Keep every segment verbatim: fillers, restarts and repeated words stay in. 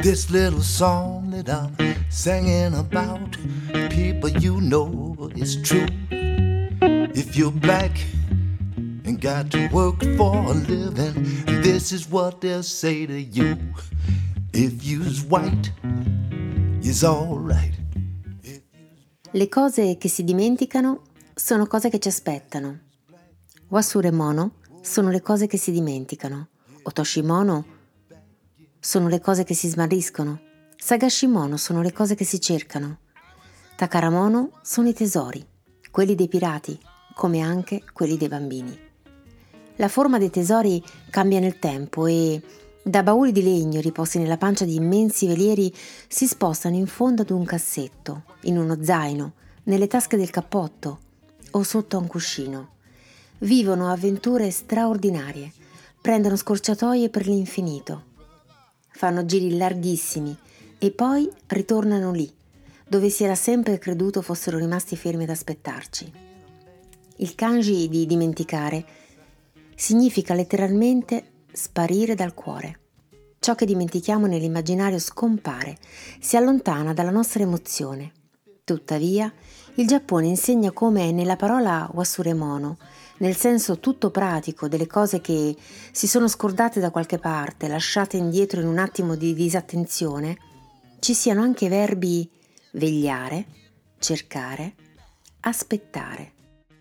This little song that I'm singing about, people, you know it's true. If you're black and got to work for a living, this is what they'll say to you. If you's white, it's alright. Le cose che si dimenticano sono cose che ci aspettano. Wasuremono sono le cose che si dimenticano. Otoshimono sono le cose che si smarriscono. Sagashimono sono le cose che si cercano. Takaramono sono i tesori, quelli dei pirati, come anche quelli dei bambini. La forma dei tesori cambia nel tempo e da bauli di legno riposti nella pancia di immensi velieri si spostano in fondo ad un cassetto, in uno zaino, nelle tasche del cappotto o sotto a un cuscino. Vivono avventure straordinarie, prendono scorciatoie per l'infinito, fanno giri larghissimi e poi ritornano lì, dove si era sempre creduto fossero rimasti fermi ad aspettarci. Il kanji di dimenticare significa letteralmente sparire dal cuore. Ciò che dimentichiamo nell'immaginario scompare, si allontana dalla nostra emozione. Tuttavia, il Giappone insegna come nella parola wasuremono, nel senso tutto pratico delle cose che si sono scordate da qualche parte, lasciate indietro in un attimo di disattenzione, ci siano anche i verbi vegliare, cercare, aspettare.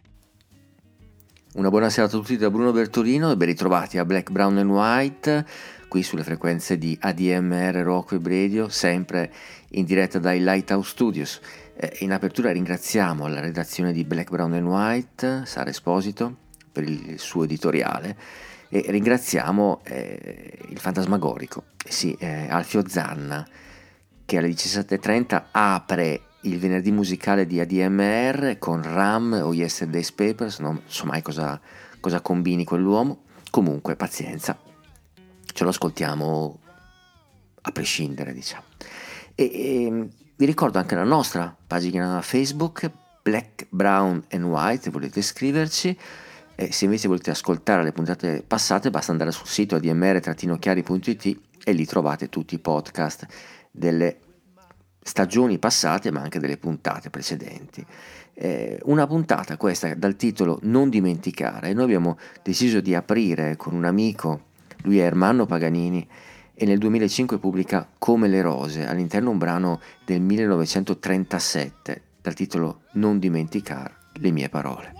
Una buona sera a tutti da Bruno Bertolino e ben ritrovati a Black, Brown and White, qui sulle frequenze di A D M R Rock Web Radio, sempre in diretta dai Lighthouse Studios. In apertura ringraziamo la redazione di Black, Brown and White, Sara Esposito, per il suo editoriale e ringraziamo eh, il Fantasmagorico, sì, eh, Alfio Zanna, che alle diciassette e trenta apre il venerdì musicale di A D M R con Ram o Yesterday's Papers, non so mai cosa, cosa combini quell'uomo, comunque pazienza, ce lo ascoltiamo a prescindere, diciamo. E, e vi ricordo anche la nostra pagina Facebook, Black, Brown and White, se volete iscriverci, e se invece volete ascoltare le puntate passate basta andare sul sito a d m r chiari punto i t e lì trovate tutti i podcast delle stagioni passate ma anche delle puntate precedenti. Eh, una puntata questa dal titolo Non dimenticare. Noi abbiamo deciso di aprire con un amico, lui è Ermanno Paganini, e nel duemilacinque pubblica Come le rose, all'interno un brano del millenovecentotrentasette dal titolo Non dimenticare le mie parole.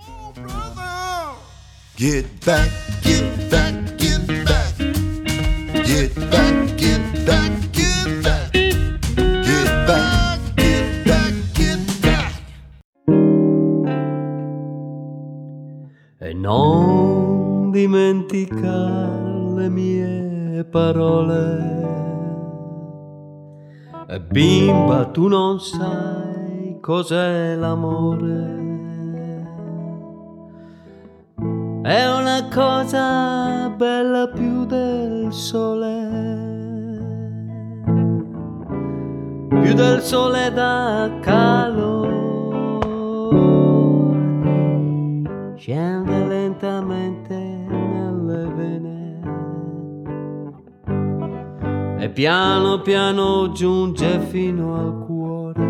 Get back, get back, get back. Get back, get back, get back. Get back, get back, get back. E non dimenticare le mie parole. E bimba, tu non sai cos'è l'amore. È una cosa bella più del sole, più del sole da calore, scende lentamente nelle vene e piano piano giunge fino al cuore.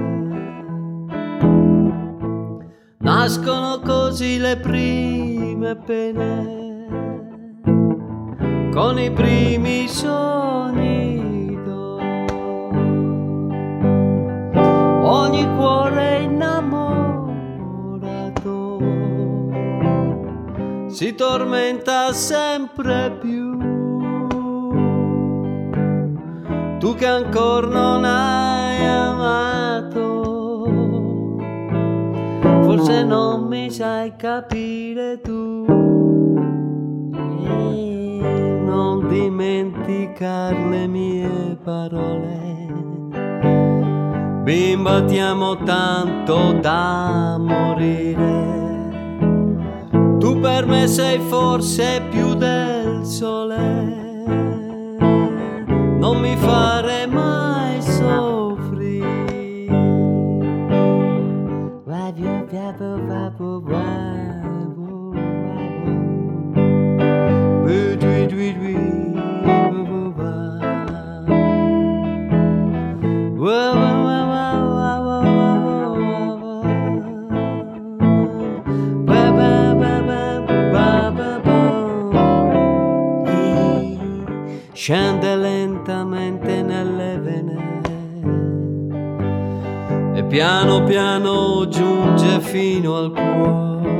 Nascono così le prime pene, con i primi sogni d'oro. Ogni cuore innamorato si tormenta sempre più. Tu che ancora non hai amato, forse non mi sai capire tu. E non dimenticare le mie parole. Bimba, ti amo tanto da morire. Tu per me sei forse più del sole. Non mi fare mai soffrire. scende lentamente nelle vene e piano piano giunge fino al cuore.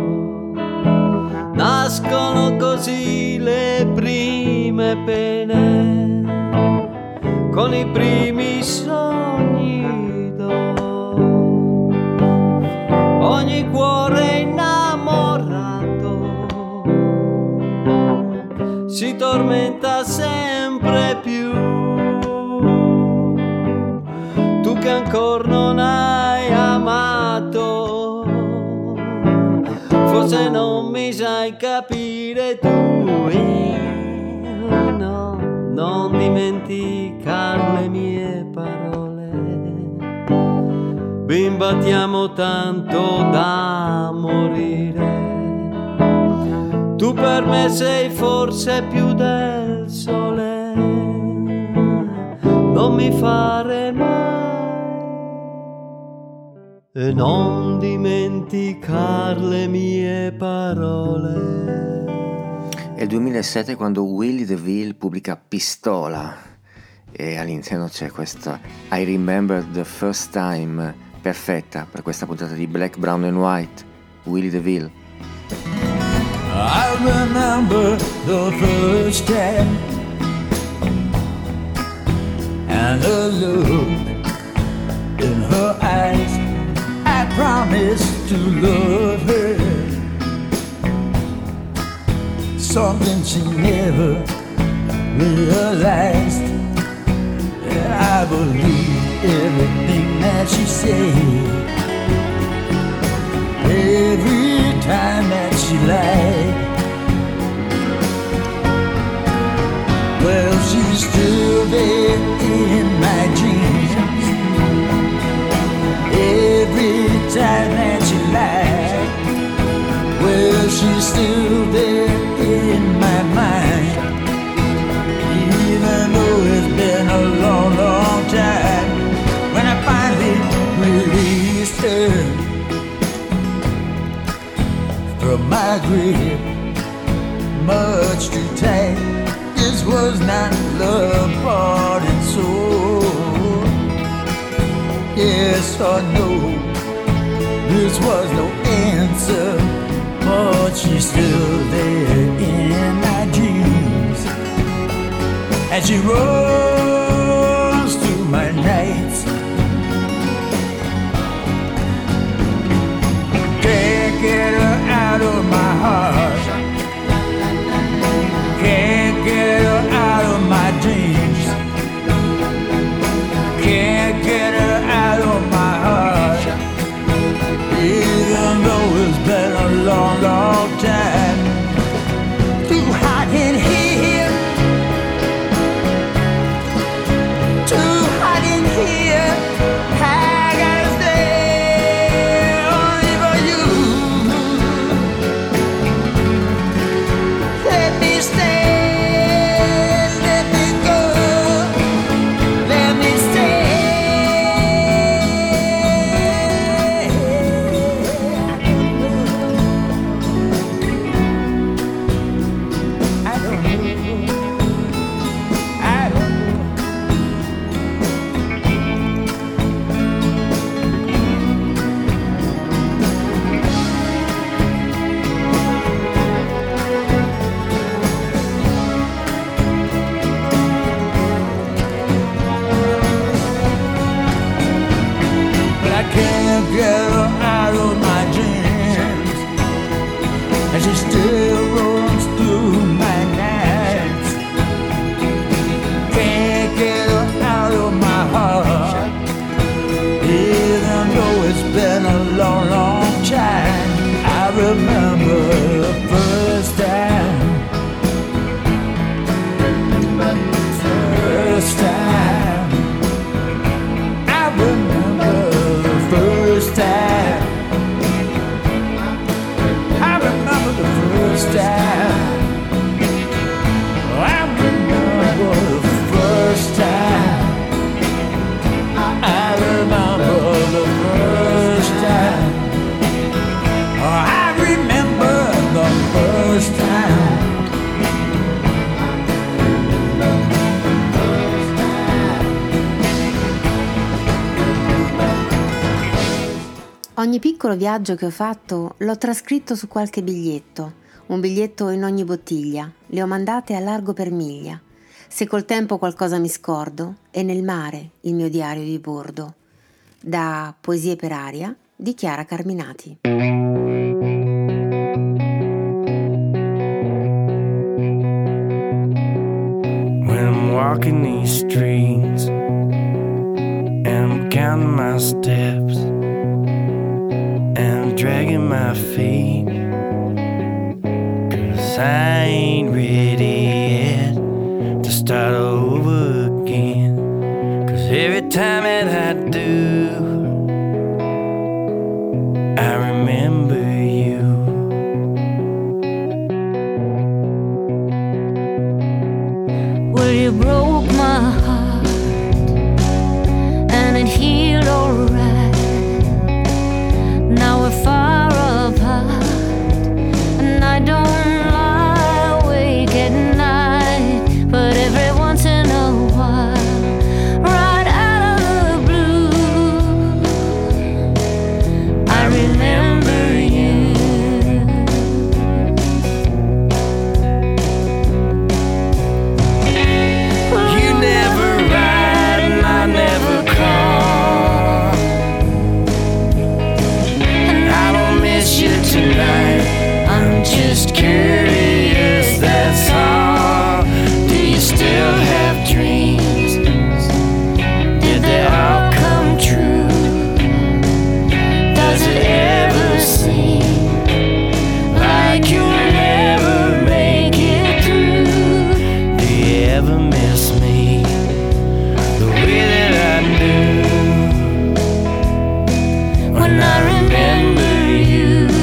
Nascono così le prime pene con i primi sogni d'oro. Ogni cuore innamorato si tormenta sempre più. Tu che ancora non hai amato, forse non mi sai capire tu. Eh, no, non dimenticare le mie parole. Bimba, ti amo tanto da morire. Tu per me sei forse più del sole, non mi fare mai e non dimenticar le mie parole. È il duemilasette quando Willie DeVille pubblica Pistola e all'interno c'è questa I Remember the First Time, perfetta per questa puntata di Black, Brown and White. Willie DeVille. I remember the first time and the look in her eyes. I promised to love her, something she never realized. And I believed everything that she said, every time that she lied. Well, she's still there in my dreams, every time that she lied. Well, she's still there in my mind, even though it's been a long, long time. When I finally released her from my grip, much too tight. This was not love, heart and soul. Yes or no, this was no answer, but she's still there in my dreams, and she runs through my nights. Can't get her out of my heart, can't get her out of my dreams, can't get her out of my heart, even though it's been a long, long time. Too hot in here, too hot in here, I gotta stay only for you. Let me stay, let me go, let me stay. I don't know, I don't know. But I can't get her out of my dreams, and she still runs through my nights. Can't get her out of my heart, even though it's been a long, long time. I remember the first time, first time. I remember the first time. I remember the first time. I remember the first time. I remember the first time. I remember the first time. Ogni piccolo viaggio che ho fatto l'ho trascritto su qualche biglietto, un biglietto in ogni bottiglia, le ho mandate a largo per miglia. Se col tempo qualcosa mi scordo, è nel mare il mio diario di bordo. Da Poesie per aria di Chiara Carminati. When I'm walking these streets and I'm counting my steps and I'm dragging my feet, 'cause I ain't ready yet to start over again. 'Cause every time that I do, I remember you. Well, you broke my heart and it healed alright. Now we're far apart and I don't lie awake at night, but every once in a while, right out of the blue, I remember you. You never write and I never call, and I don't miss you tonight. I'm just curious, that's all. Do you still have dreams? Did they all come true? Does it ever seem like you'll never make it through? Do you ever miss me the way that I do when I remember you?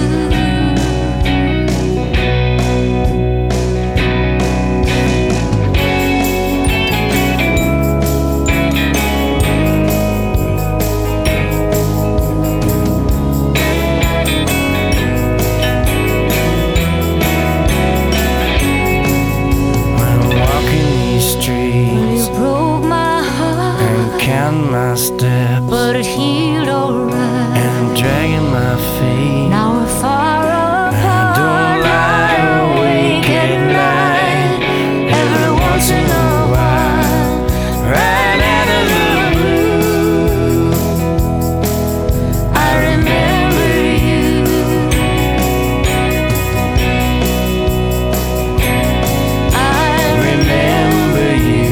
When I'm walking these You streets broke my heart, and counting my steps but it healed alright. and I'm dragging my feet. Now we're far I apart. don't lie awake at night. Every once in a while, right out of the blue, I remember you. I remember you.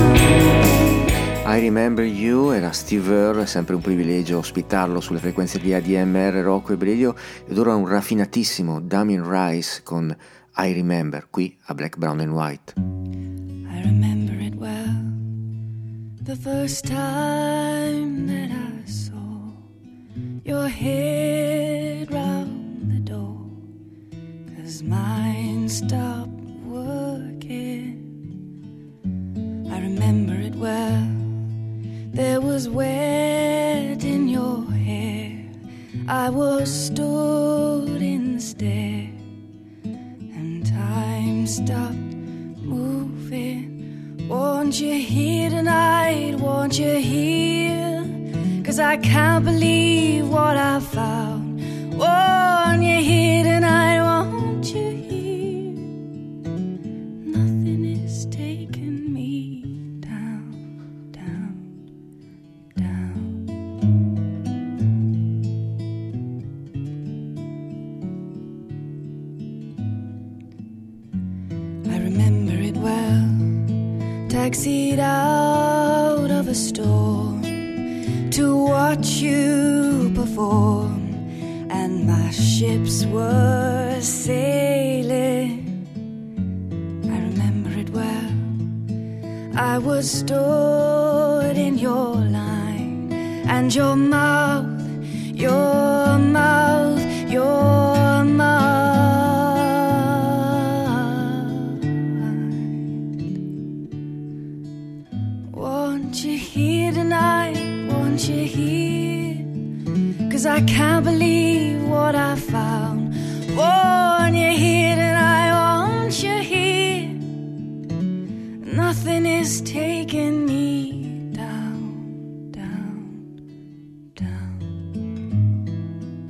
I Remember You era Steve Earle, è sempre un privilegio ospitarlo sulle frequenze di A D M R, Rocco e Bredio, ed ora un raffinatissimo Damien Rice con I Remember, qui a Black, Brown and White. I remember it well, the first time that I saw your head round the door, 'cause mine stopped working. I remember it well, there was wet in your hair, I was stood in the stair, and time stopped moving. Won't you hear tonight, won't you hear? 'Cause I can't believe what I found. Won't you hear tonight, won't you hear? Nothing is taking me down, down, down. I remember it well, taxied out of a storm to watch you perform, and my ships were sailing. I remember it well, I was stood in your line, and your mouth, your mouth, your mouth. Won't you hear tonight, won't you hear? 'Cause I can't believe what I found. Won't you hear tonight, won't you hear? Nothing is taking me down, down, down.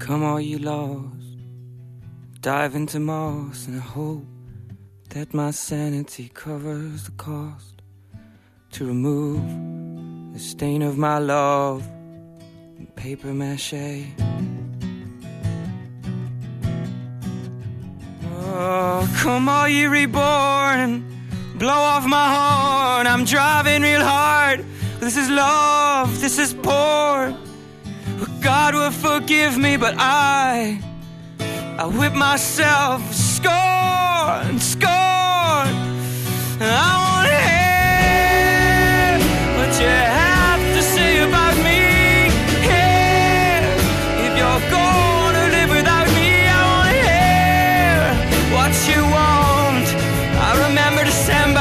Come all you lost, dive into moss, and I hope that my sanity covers the cost to remove the stain of my love in paper mache. Oh, come all you reborn and blow off my horn. I'm driving real hard. This is love, this is porn. God will forgive me, but I, I whip myself, scorn, scorn. I want to hear what you have to say about me. Yeah, if you're gonna live without me, I want to hear what you want. I remember December.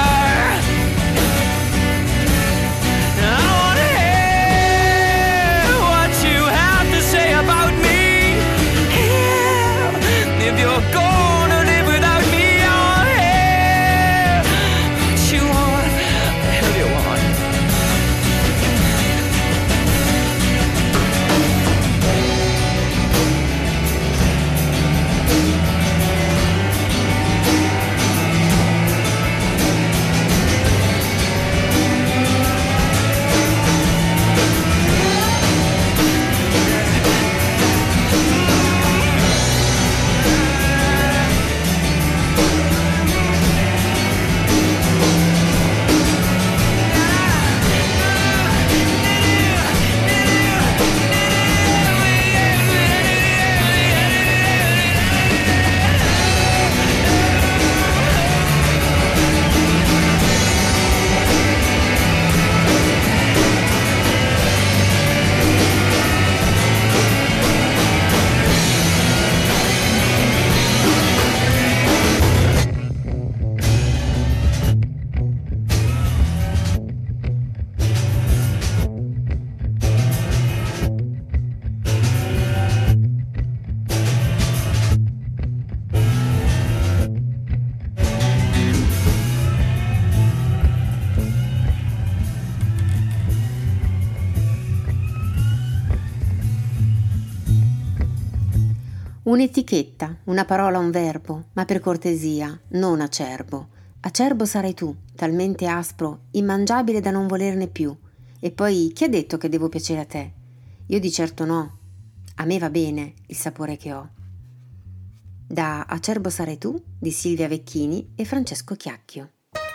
If you're gonna live without me, I'll hear what you want. The hell you want? Un'etichetta, una parola, un verbo, ma per cortesia, non acerbo. Acerbo sarai tu, talmente aspro, immangiabile da non volerne più. E poi, chi ha detto che devo piacere a te? Io di certo no. A me va bene il sapore che ho. Da Acerbo sarai tu di Silvia Vecchini e Francesco Chiacchio.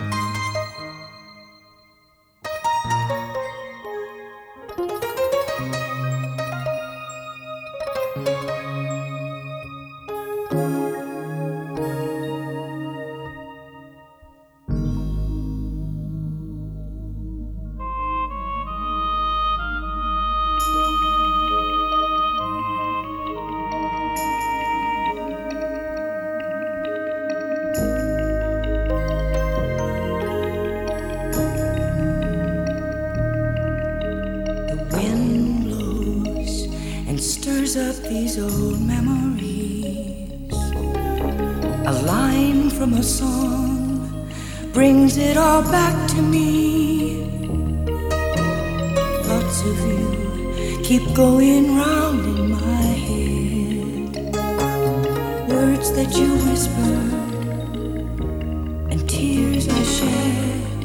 Up these old memories. A line from a song brings it all back to me. Thoughts of you keep going round in my head. Words that you whispered and tears I shed.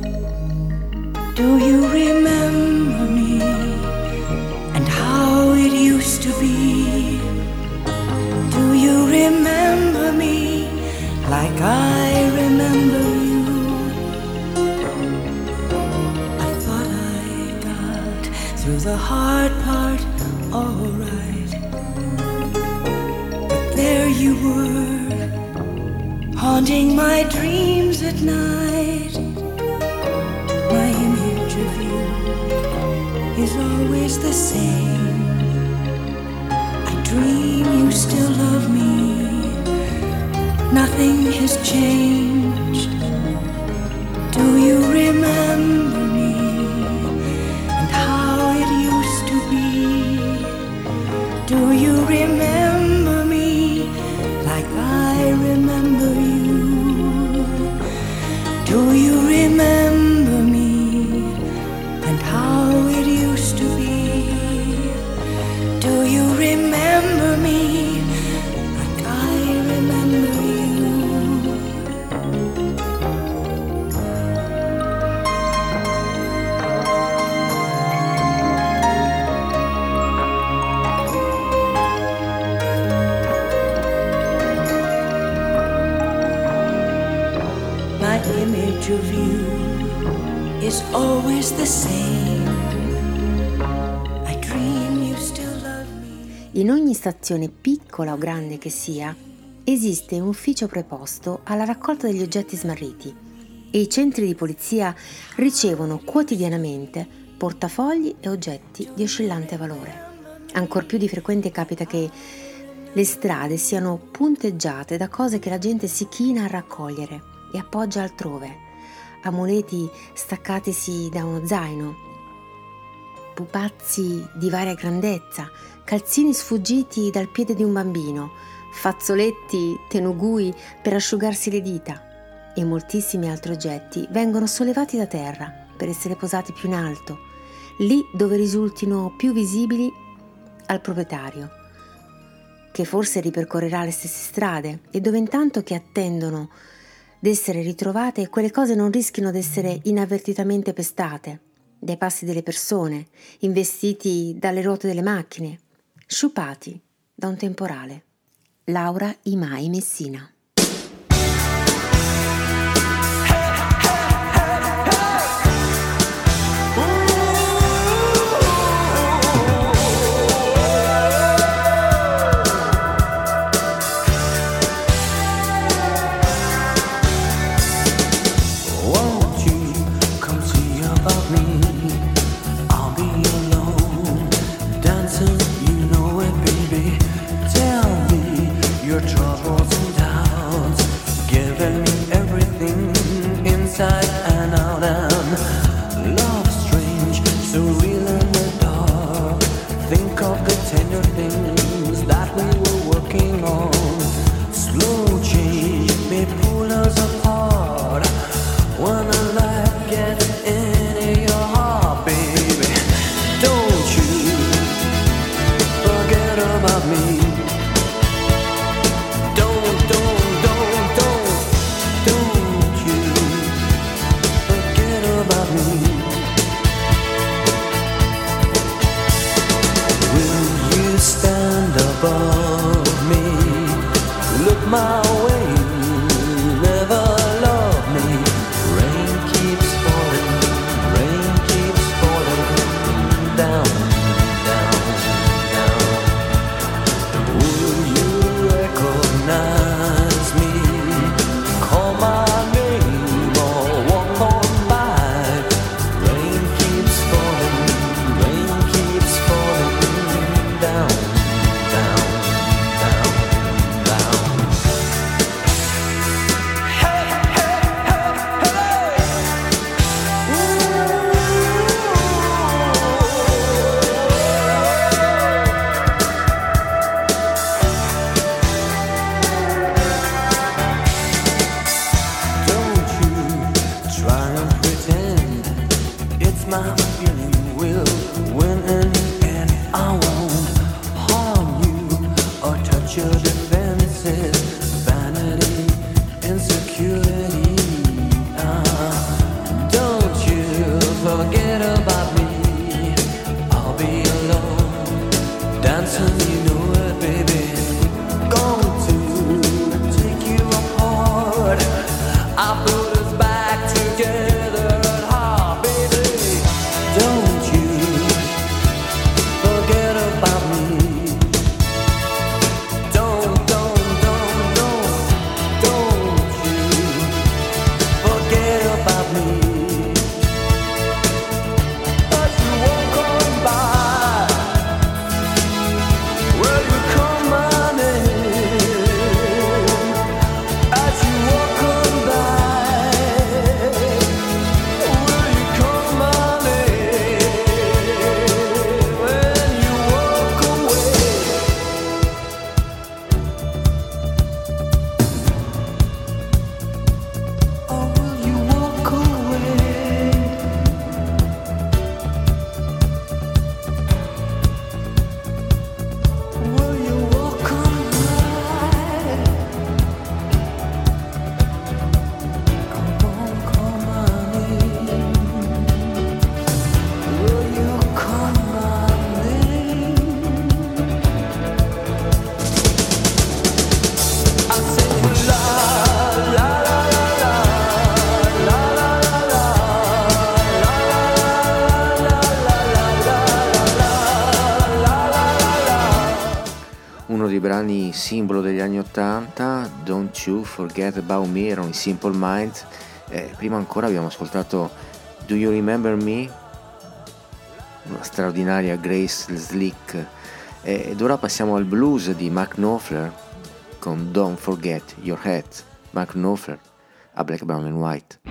Do you remember me and how it used to be? Do you remember me like I remember you? I thought I got through the hard part all right, but there you were, haunting my dreams at night. My image of you is always the same. Dream you still love me, nothing has changed. Do you remember me and how it used to be? Do you remember me like I remember you? Do you remember me and how it used to be? Do you remember point of view is always the same. I dream you still love me. In ogni stazione, piccola o grande che sia, esiste un ufficio preposto alla raccolta degli oggetti smarriti e i centri di polizia ricevono quotidianamente portafogli e oggetti di oscillante valore. Ancor più di frequente capita che le strade siano punteggiate da cose che la gente si china a raccogliere e appoggia altrove, amuleti staccatisi da uno zaino, pupazzi di varia grandezza, calzini sfuggiti dal piede di un bambino, fazzoletti, tenugui per asciugarsi le dita e moltissimi altri oggetti vengono sollevati da terra per essere posati più in alto, lì dove risultino più visibili al proprietario, che forse ripercorrerà le stesse strade e dove intanto che attendono d'essere ritrovate quelle cose non rischino d'essere inavvertitamente pestate dai passi delle persone, investiti dalle ruote delle macchine, sciupati da un temporale. Laura Imai Messina. dei brani simbolo degli anni ottanta. Don't You Forget About Me erano i Simple Minds. Eh, prima ancora abbiamo ascoltato Do You Remember Me, una straordinaria Grace Slick. Eh, ed ora passiamo al blues di Mark Knopfler con Don't Forget Your Head. Mark Knopfler a Black, Brown and White.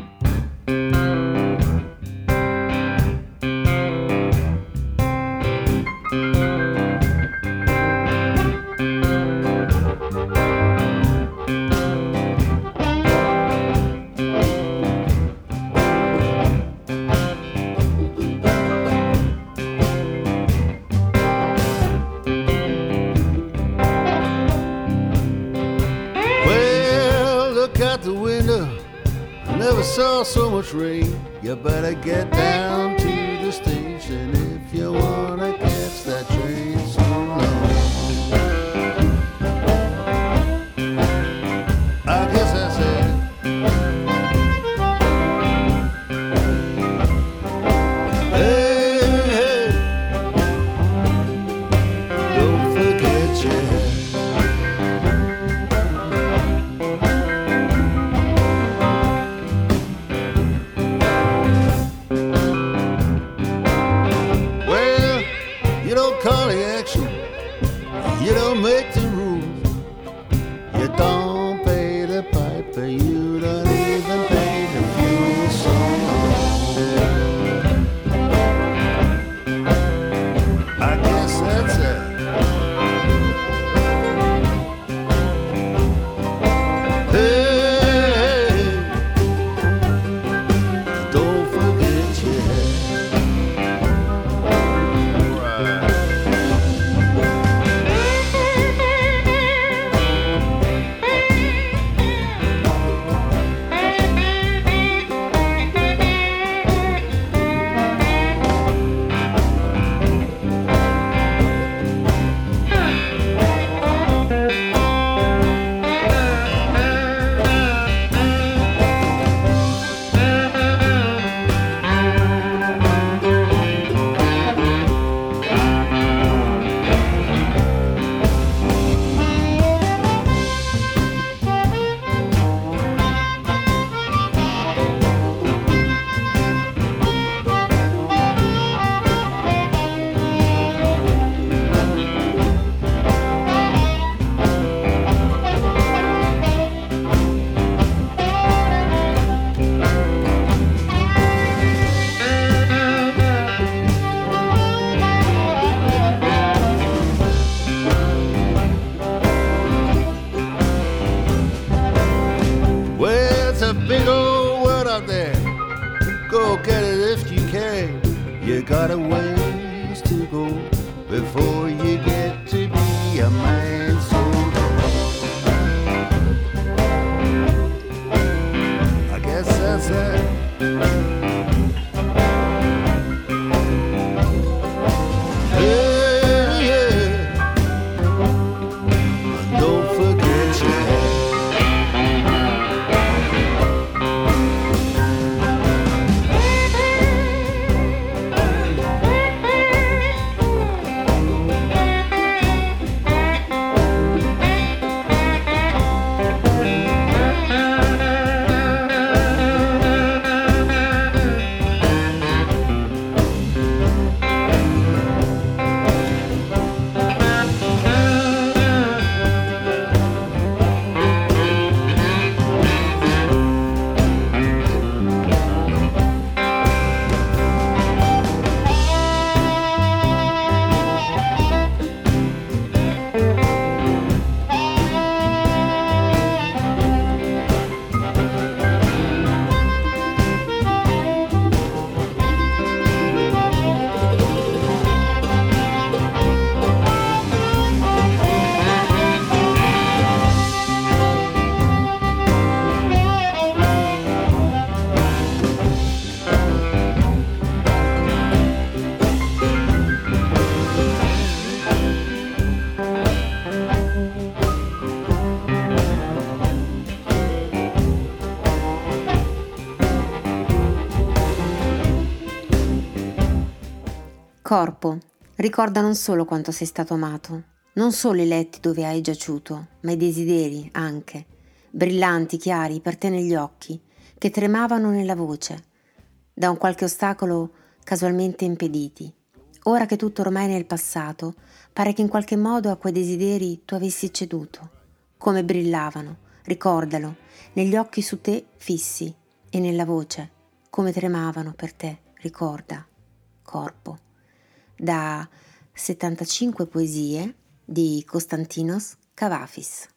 Saw so much rain, you better get down to the station if you wanna catch that train so long. I guess that's it. Hey, hey, don't forget your head. You got a ways to go before you get to be a man so tall. I guess that's it. Corpo, ricorda non solo quanto sei stato amato, Non solo i letti dove hai giaciuto, ma i desideri anche, brillanti, chiari, per te negli occhi, che tremavano nella voce, da un qualche ostacolo casualmente impediti. Ora che tutto ormai è nel passato, pare che in qualche modo a quei desideri tu avessi ceduto. Come brillavano, ricordalo, negli occhi su te fissi e nella voce, come tremavano per te, ricorda, corpo. Da settantacinque poesie di Konstantinos Kavafis.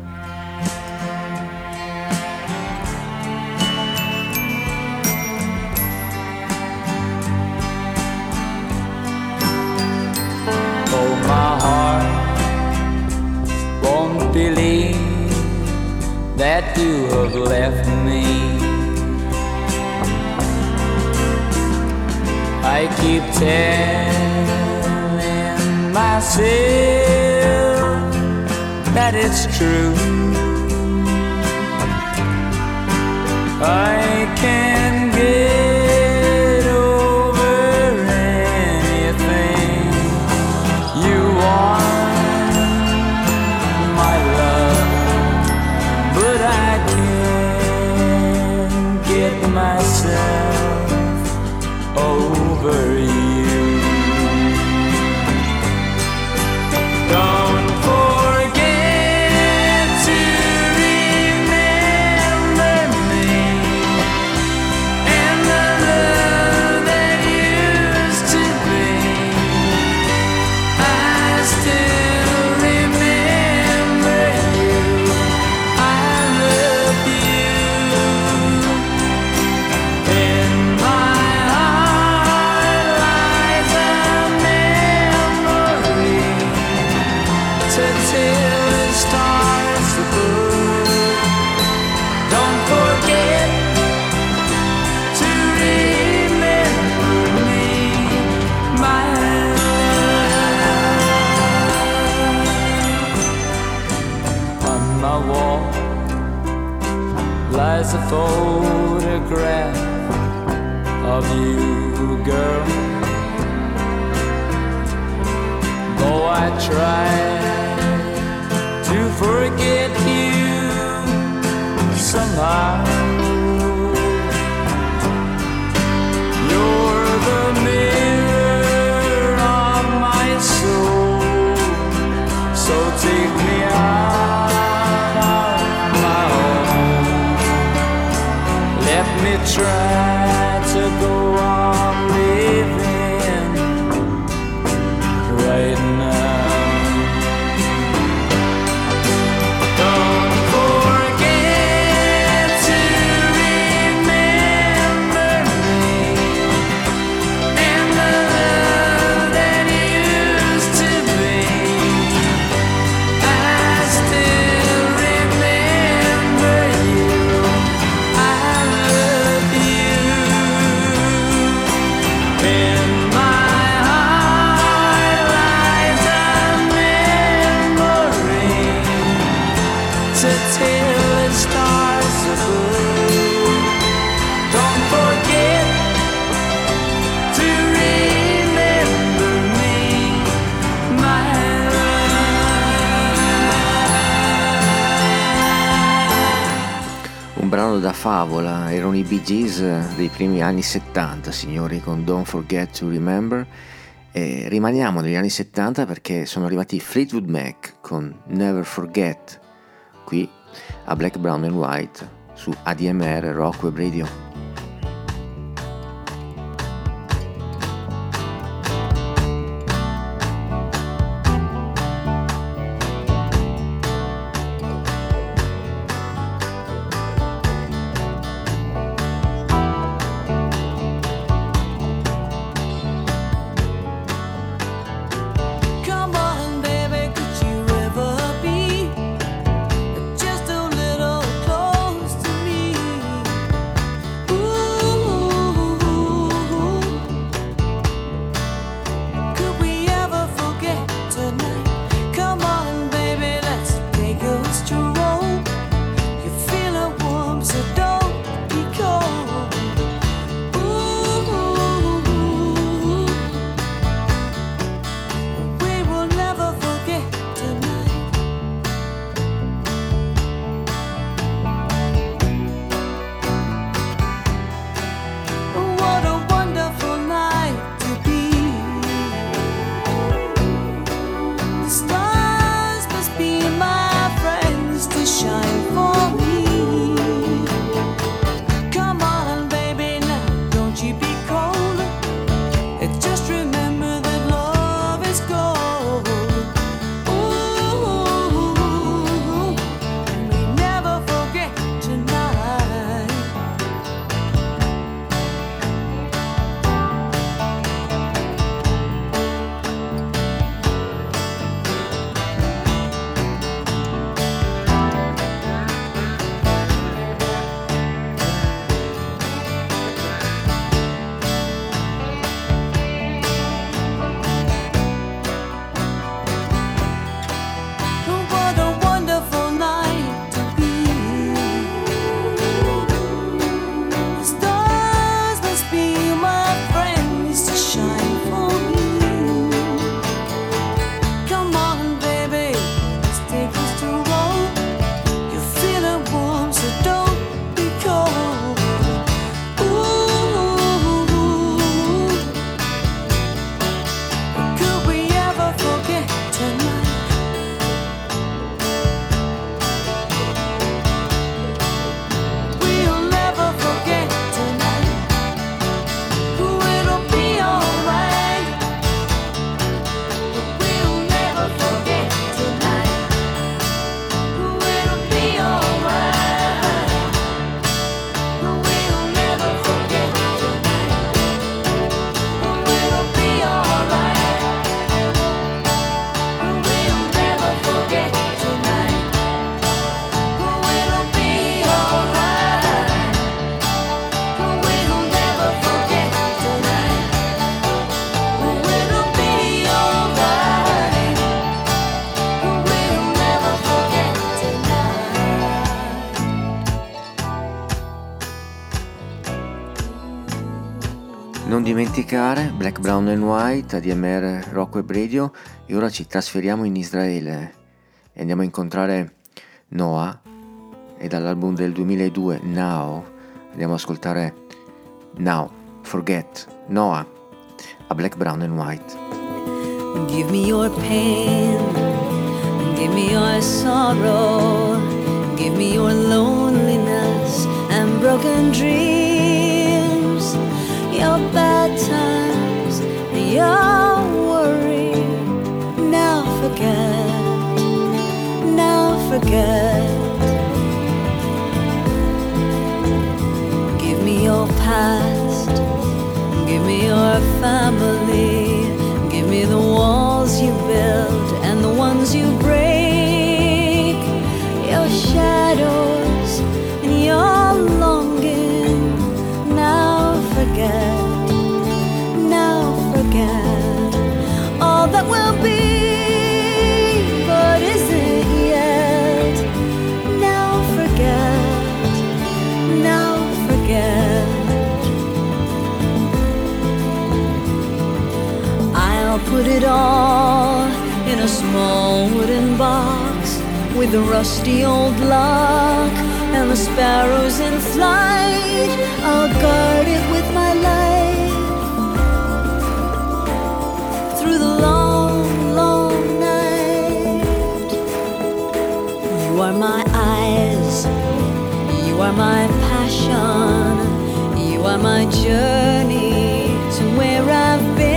Oh, my heart won't believe that you have left me. I keep telling myself that it's true. I can get over anything you want, my love, but I can't get myself over you. Don't forget to remember me and the love that used to be. I still remember you. I love you. In my heart lies a memory to till the stars above. Don't forget to remember me, my love. On my wall lies a photograph of you, girl. Though I try to forget you somehow, you're the mirror of my soul. So take me out of my home. Let me try to go on living right now. Don't forget to remember me and the love that used to be. I still remember you. I love you. In my heart lies a memory to till the stars above. Don't forget to remember me, my love. Un brano da favola, erano i Bee Gees dei primi anni settanta, signori, con Don't Forget to Remember. E rimaniamo negli anni settanta perché sono arrivati i Fleetwood Mac con Never Forget, qui a Black, Brown and White su A D M R Rock Web Radio. Come on, baby, could you ever be just a little close to me? Non dimenticare Black, Brown and White, A D M R Rock Web Radio. E ora ci trasferiamo in Israele e andiamo a incontrare Noah, e dall'album del duemiladue Now andiamo ad ascoltare Now Forget Noah, a Black, Brown and White. Give me your pain, give me your sorrow, give me your loneliness and broken dreams, your bad times, your worry. Now forget, now forget. Give me your past, give me your family, give me the walls you build and the ones you break, your shadows and your longing. Now forget, now forget all that will be, but isn't yet. Now forget, now forget. I'll put it all in a small wooden box with the rusty old lock and the sparrows in flight. I'll guard it with my life through the long, long night. You are my eyes, you are my passion, you are my journey to where I've been.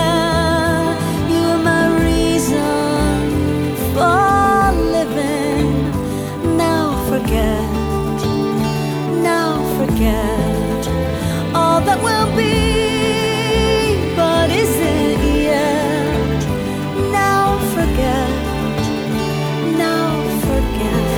Forget, now forget all that will be, but isn't yet. Now forget, now forget.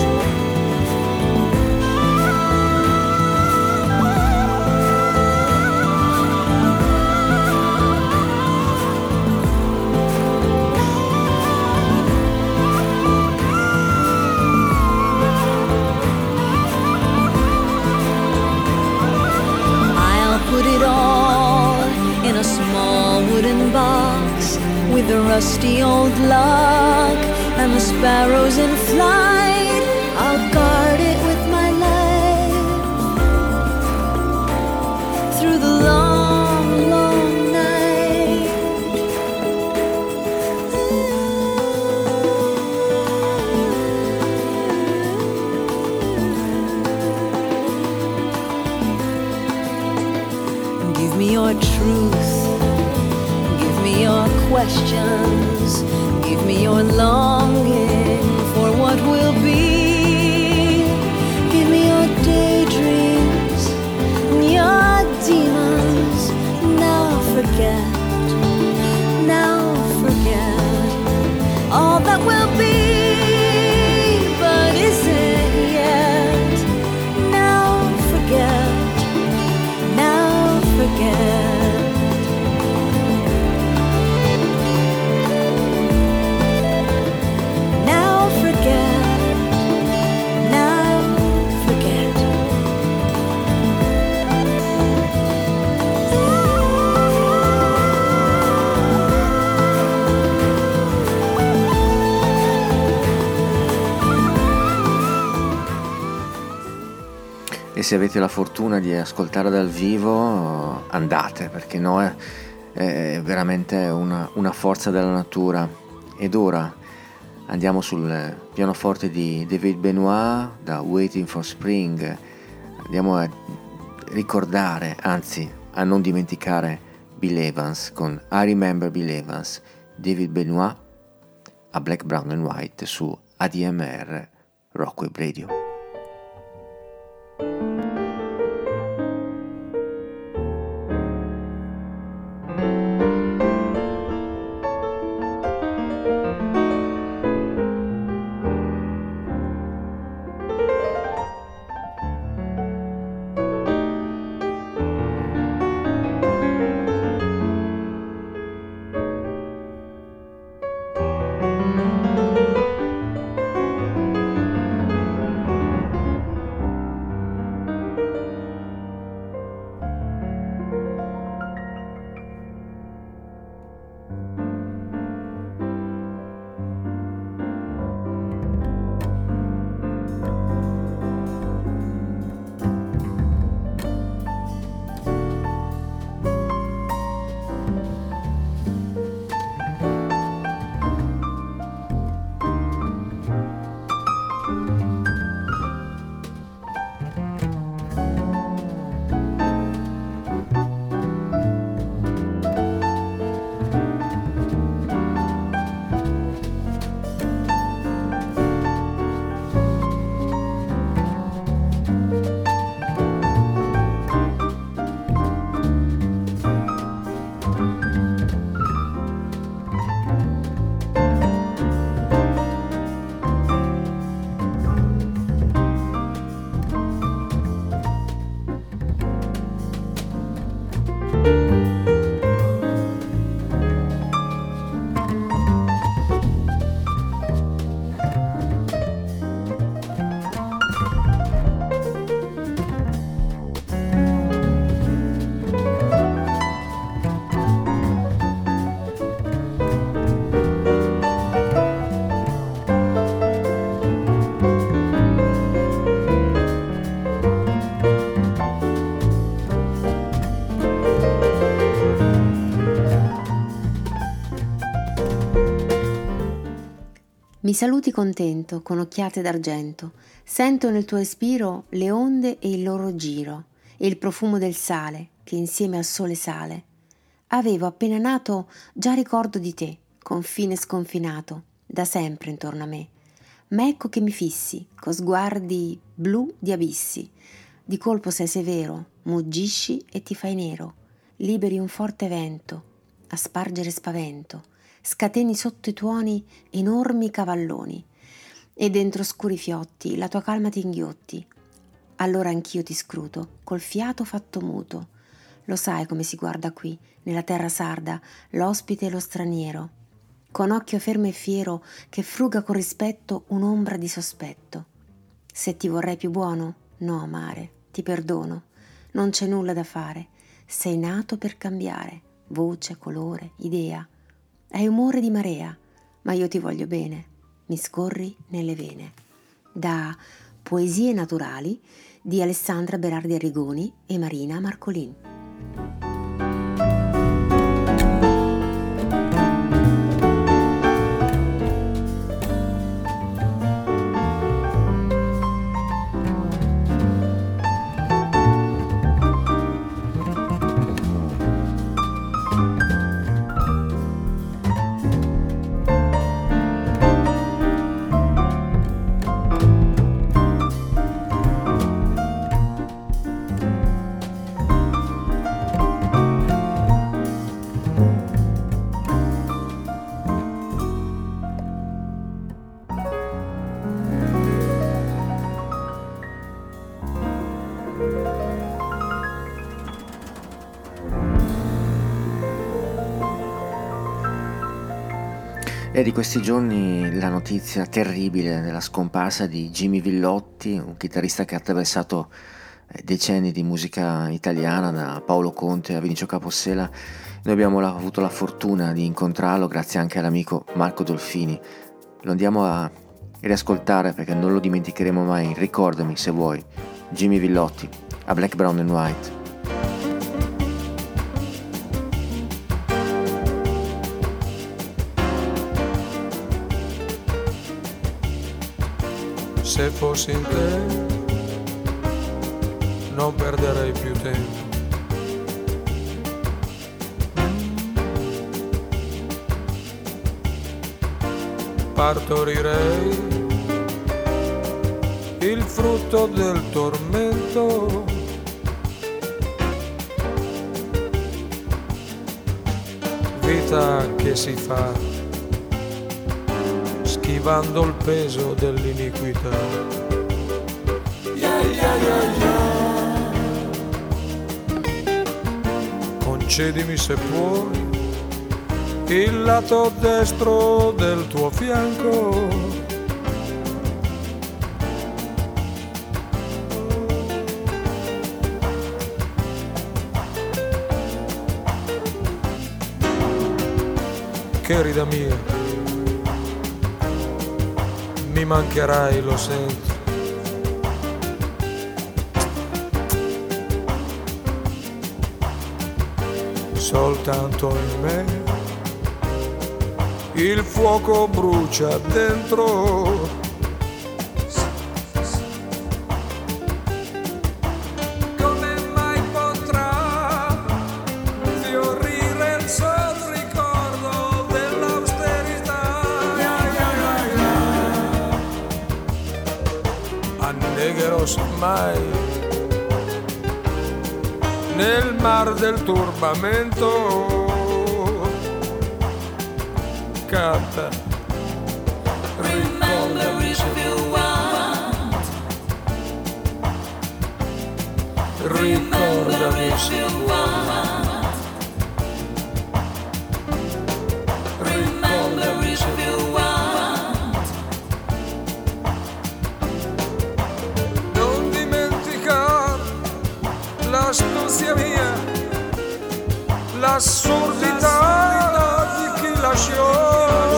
Put it all in a small wooden box with the rusty old lock and the sparrows in flight. I'll guard it with my life through the long, long night. Give me your truth, give me your questions, give me your longing for what will be. Give me your daydreams and your demons. Now forget, now forget all that will be, but isn't yet. Now forget, now forget. Now forget, now forget. E se avete la fortuna di ascoltare dal vivo, andate, perché Noah è veramente una, una forza della natura. Ed ora andiamo sul pianoforte di David Benoit da Waiting for Spring. Andiamo a ricordare, anzi a non dimenticare Bill Evans con I Remember Bill Evans. David Benoit a Black, Brown and White su A D M R Rock Web Radio. Thank Mi saluti contento, con occhiate d'argento, sento nel tuo respiro le onde e il loro giro, e il profumo del sale, che insieme al sole sale. Avevo appena nato già ricordo di te, confine sconfinato, da sempre intorno a me. Ma ecco che mi fissi, co sguardi blu di abissi. Di colpo sei severo, muggisci e ti fai nero. Liberi un forte vento, a spargere spavento. Scateni sotto i tuoni enormi cavalloni. E dentro scuri fiotti la tua calma ti inghiotti. Allora anch'io ti scruto, col fiato fatto muto. Lo sai come si guarda qui, nella terra sarda, l'ospite e lo straniero. Con occhio fermo e fiero che fruga con rispetto un'ombra di sospetto. Se ti vorrei più buono, no amare, ti perdono, non c'è nulla da fare, sei nato per cambiare, voce, colore, idea. Hai umore di marea, ma io ti voglio bene, mi scorri nelle vene. Da Poesie naturali di Alessandra Berardi Arrigoni e Marina Marcolin. È di questi giorni la notizia terribile della scomparsa di Jimmy Villotti, un chitarrista che ha attraversato decenni di musica italiana, da Paolo Conte a Vinicio Capossela. Noi abbiamo avuto la fortuna di incontrarlo grazie anche all'amico Marco Dolfini. Lo andiamo a riascoltare perché non lo dimenticheremo mai. Ricordami se vuoi, Jimmy Villotti a Black, Brown and White. Se fossi in te non perderei più tempo. Partorirei il frutto del tormento. Vita che si fa schivando il peso dell'iniquità. Yeah, yeah, yeah, yeah. Concedimi se puoi il lato destro del tuo fianco. Querida mia, mi mancherai, lo sento. Soltanto in me il fuoco brucia dentro. Come mai potrà fiorire il sol ricordo dell'austerità? Annegherò mai nel mar del turbamento. Canta, ricordami se vuoi, ricordami se vuoi, ricordami se vuoi. Non dimenticare l'astuzia mia, l'assurdità di chi lasciò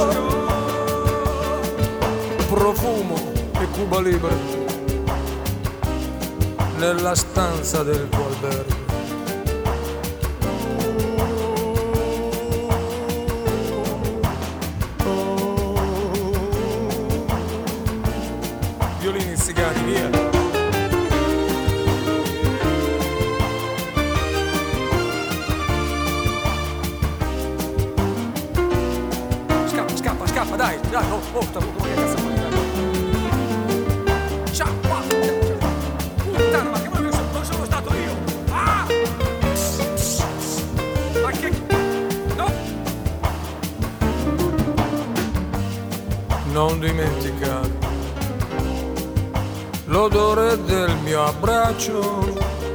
profumo e Cuba Libre nella stanza del tuo albergo. via. Scappa, scappa, scappa, dai, dai, no, oh, sta come cazzo fai, dai. Ciao, qua, puttana, ma che non sono, non sono stato io. Ah! Ma che... No! Non dimenticare l'odore del mio abbraccio,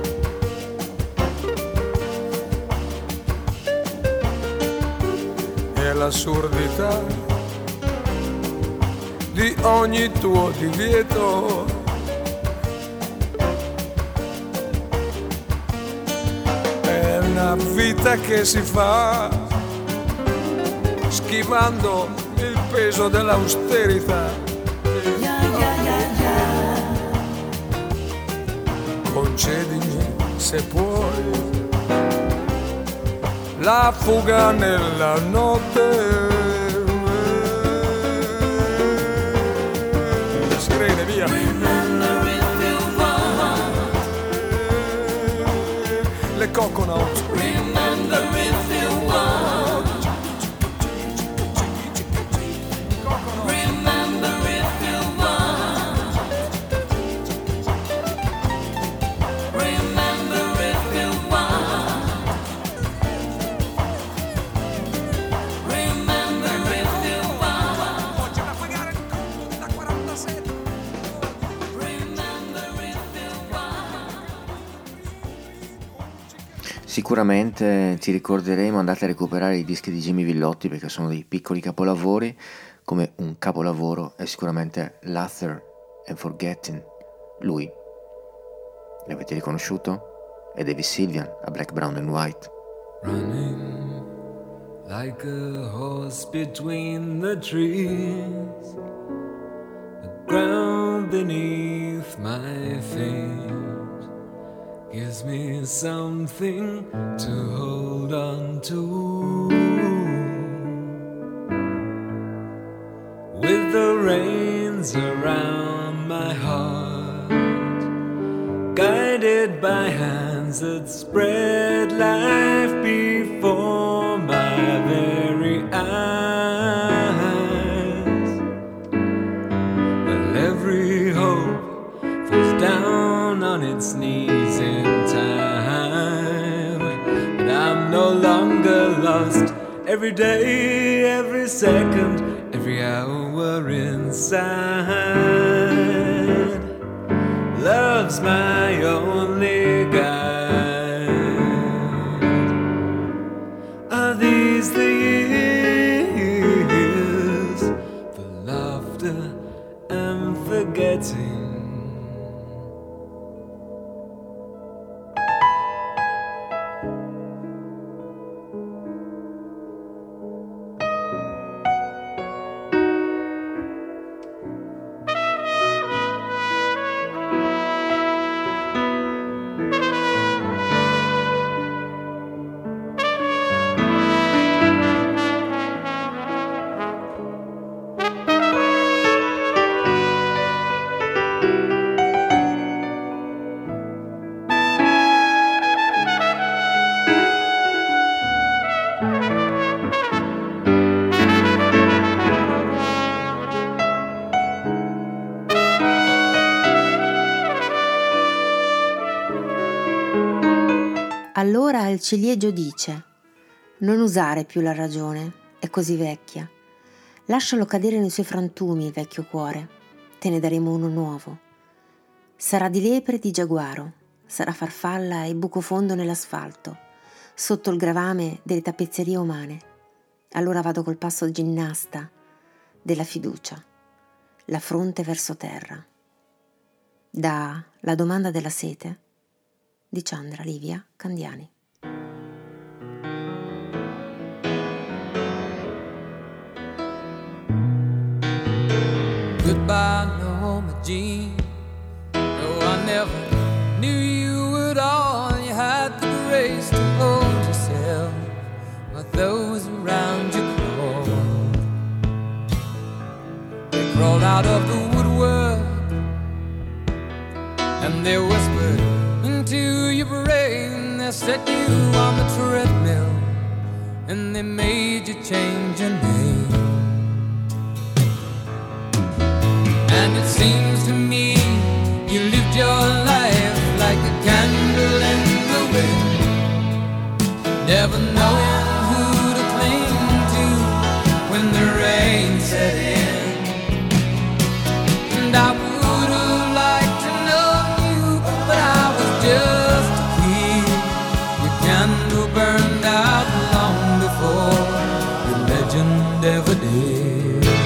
e l'assurdità di ogni tuo divieto. È una vita che si fa schivando il peso dell'austerità. Concedimi, se puoi, la fuga nella notte. Sirene, via. Le coconut. Remember if you want. Remember if you want. Remember if you want. Remember if you want. Sicuramente ci ricorderemo, andate a recuperare i dischi di Jimmy Villotti perché sono dei piccoli capolavori. Come un capolavoro è sicuramente Laughter and Forgetting. Lui, l'avete riconosciuto? È David Sylvian a Black, Brown and White. Running like a horse between the trees, the ground beneath my feet gives me something to hold on to. With the reins around my heart, guided by hands that spread life before my very eyes, while every hope falls down on its knees in time. But I'm no longer lost. Every day, every second, every hour inside, love's my only guide. Are these the years for laughter and forgetting? Allora il ciliegio dice: non usare più la ragione, è così vecchia. Lascialo cadere nei suoi frantumi il vecchio cuore, te ne daremo uno nuovo. Sarà di lepre e di giaguaro, sarà farfalla e buco fondo nell'asfalto, sotto il gravame delle tappezzerie umane. Allora vado col passo ginnasta della fiducia, la fronte verso terra. Da La domanda della sete di Chandra Livia Candiani. Goodbye, Norma Jean. No, I never knew you at all. You had the grace to hold yourself while those around you crawled. They crawled out of the woodwork And they whispered into your brain, they set you on the treadmill, and they made you change your name. And it seems to me you lived your life like a candle in the wind, never knowing who to cling to when the rain set in. And I would have liked to know you, but I was just a kid. Your candle burned out long before your legend ever did.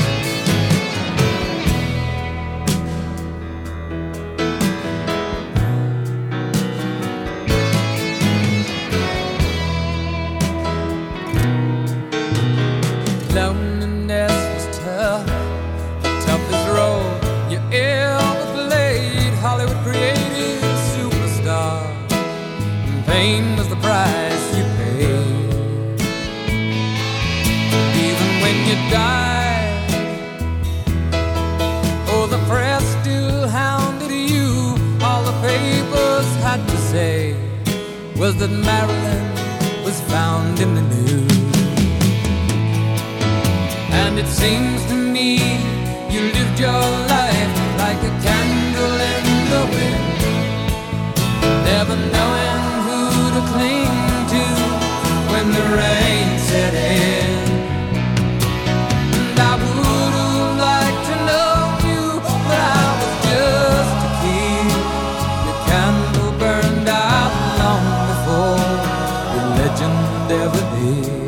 Loneliness was tough, the toughest role you ever played. Hollywood created a superstar, and pain was the price you paid. Even when you died, oh, the press still hounded you. All the papers had to say was that Marilyn was found in the news. And it seems to me you lived your life like a candle in the wind, never knowing who to cling to when the rain set in. And I would have liked to know you, but I was just a kid. Your candle burned out long before your legend ever did.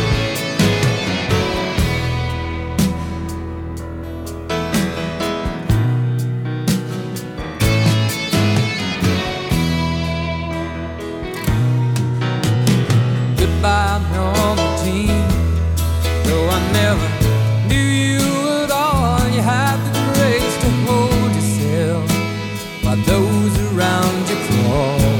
By normal teen, though I never knew you at all, you had the grace to hold yourself while those around you crawl.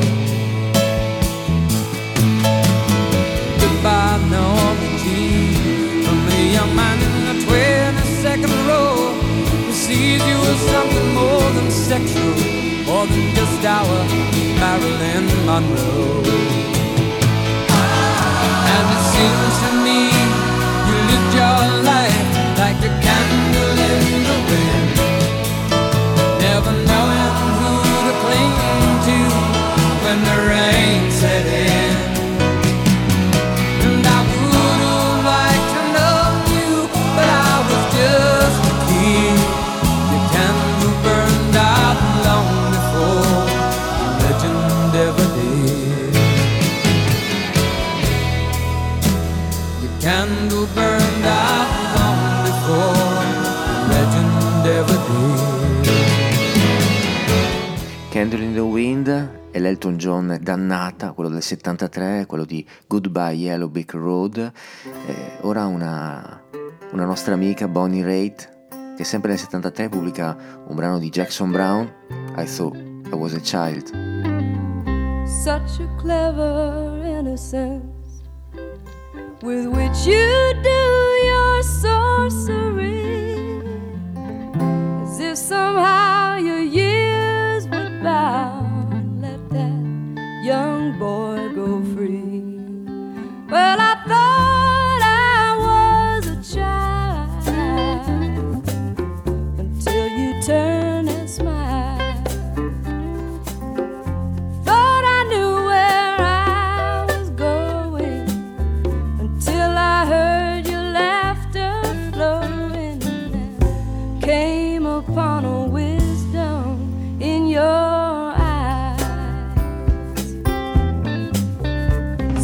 Goodbye normal teen, from the young man in the twenty-second row who sees you as something more than sexual, more than just our Marilyn Monroe. And it seems to me you lived your life like a candle in the wind, never knowing who to cling to when the rain set in. And I would have liked to know you, but I was just a kid. Your candle burned out long before the legend ever did. Candle burned out long before the legend ever did. Candle in the Wind è l'Elton John Dannata, quello del settantatré, quello di Goodbye Yellow Brick Road. Eh, ora una, una nostra amica Bonnie Raitt, che sempre nel settantatré pubblica un brano di Jackson Browne, I Thought I Was a Child. Such a clever innocence with which you do your sorcery, as if somehow your years would bound, let that young boy go free. Well, I thought I was a child until you turned and smiled. Thought I knew where I was going till I heard your laughter flowing, and then came upon a wisdom in your eyes.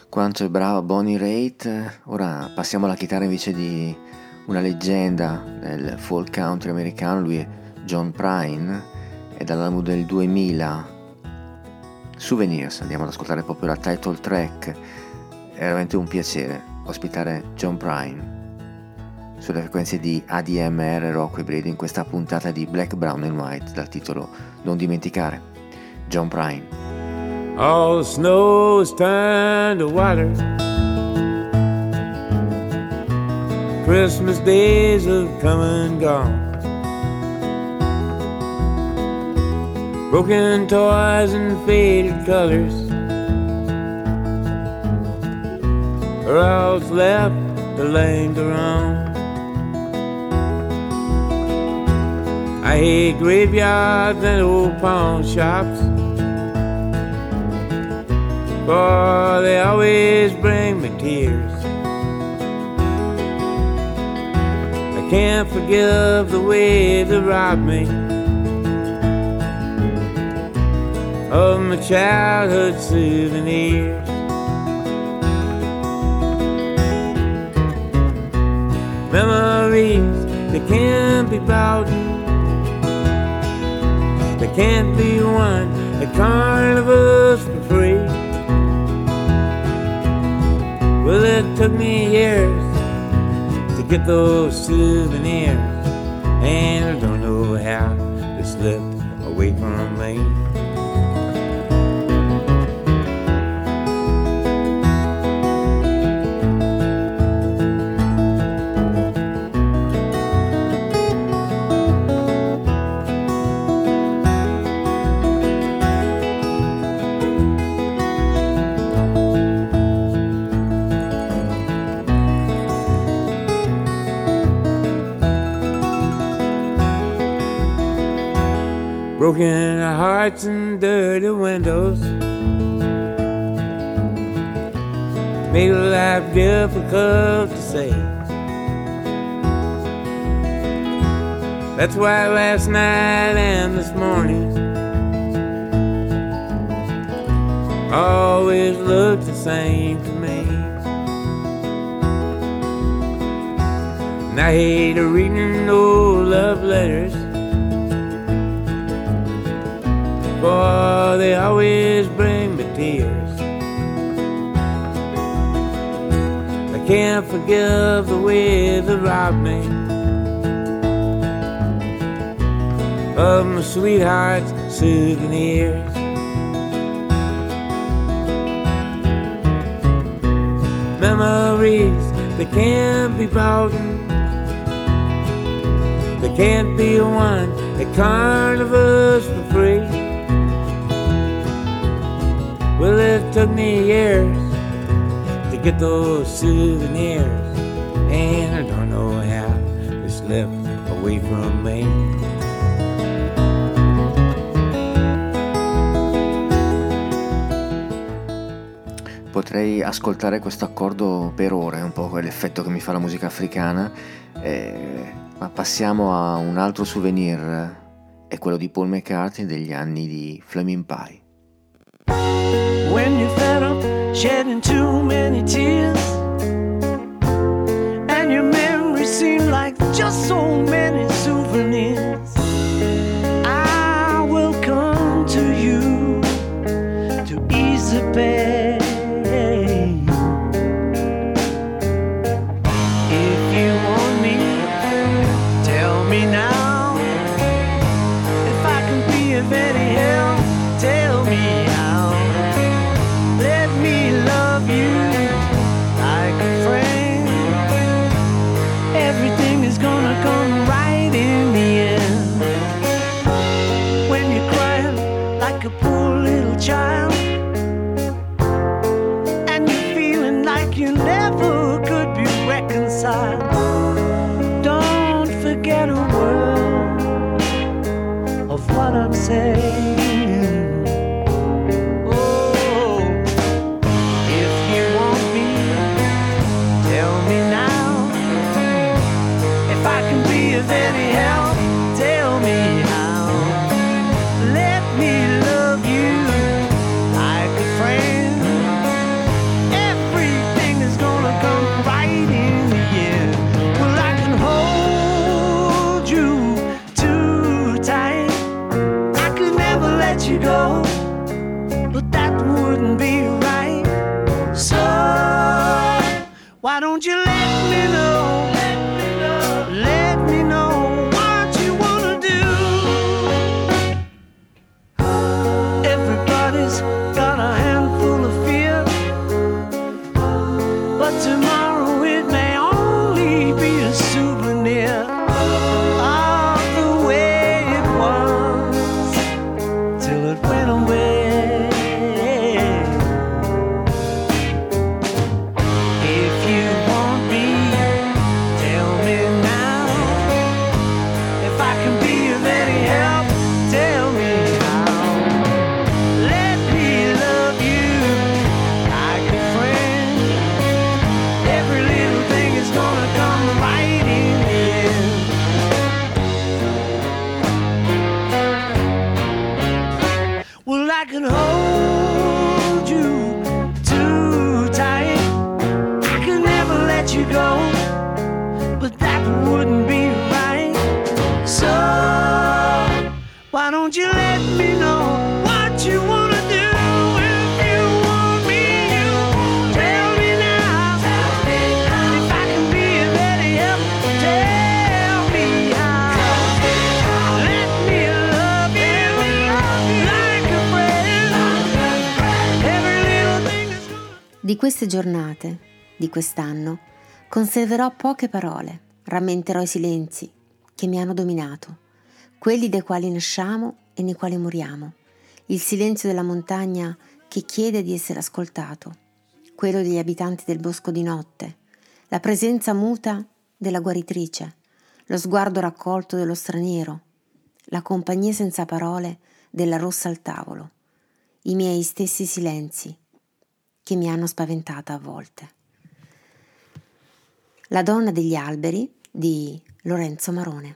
Quanto è brava Bonnie Raitt. Ora passiamo alla chitarra invece di una leggenda del folk country americano, lui è John Prine, è dall'album del duemila, Souvenirs. Andiamo ad ascoltare proprio la title track. È veramente un piacere ospitare John Prine sulle frequenze di A D M R Rock Web Radio in questa puntata di Black, Brown and White dal titolo Non dimenticare. John Prine. All the snow's turned to water. Christmas days have come and gone. Broken toys and faded colors are all's left to linger on. I hate graveyards and old pawn shops, for they always bring me tears. I can't forgive the way they robbed me of my childhood souvenirs. Memories, they can't be bought, they can't be won at carnivals for free. Well, it took me years to get those souvenirs, and I don't know how they slipped away from me. Broken hearts and dirty windows made life difficult to say. That's why last night and this morning always look the same to me. And I hate reading old love letters, for they always bring me tears. I can't forgive the way they robbed me of my sweetheart's souvenirs. Memories, they can't be bought, they can't be won at carnivals for free. Well, it took me years to get those souvenirs, and I don't know how they slipped away from me. Potrei ascoltare questo accordo per ore, è un po' quell'effetto che mi fa la musica africana, eh, ma passiamo a un altro souvenir, è quello di Paul McCartney degli anni di Flaming Pie. When you're fed up shedding too many tears, and your memories seem like just so many souvenirs, I will come to you to ease the pain. If you want me, tell me now. If I can be of any help, tell me how. Let me love you like a friend. Everything is gonna come go, but that wouldn't be right. So why don't you let me know? Let me know what you wanna do. Everybody's got a handful of fear, but tomorrow it may only be a souvenir of the way it was till it went away. If you want me, tell me now. If I can be of any help, tell me how. Let me love you like a friend. Every little thing is gonna come right in the end. Well, I can hold you too tight. I could never let you go, but that wouldn't be right. So why don't you let me know what you wanna do? If you want me, you tell me now. If I can be of any help, tell me how. Let me love you like a friend. Every little thing is gonna. Di queste giornate, di quest'anno, conserverò poche parole, rammenterò i silenzi che mi hanno dominato, quelli dai quali nasciamo e nei quali moriamo, il silenzio della montagna che chiede di essere ascoltato, quello degli abitanti del bosco di notte, la presenza muta della guaritrice, lo sguardo raccolto dello straniero, la compagnia senza parole della rossa al tavolo, i miei stessi silenzi che mi hanno spaventata a volte. La donna degli alberi di Lorenzo Marone.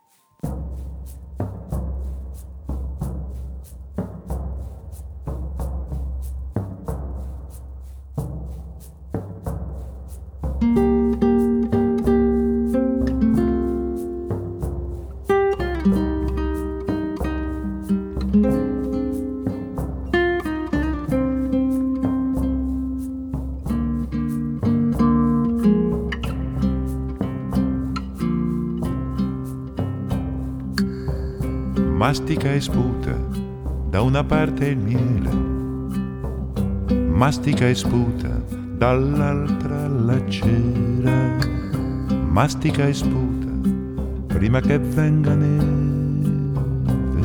Mastica e sputa da una parte il miele, mastica e sputa dall'altra la cera, mastica e sputa prima che venga neve.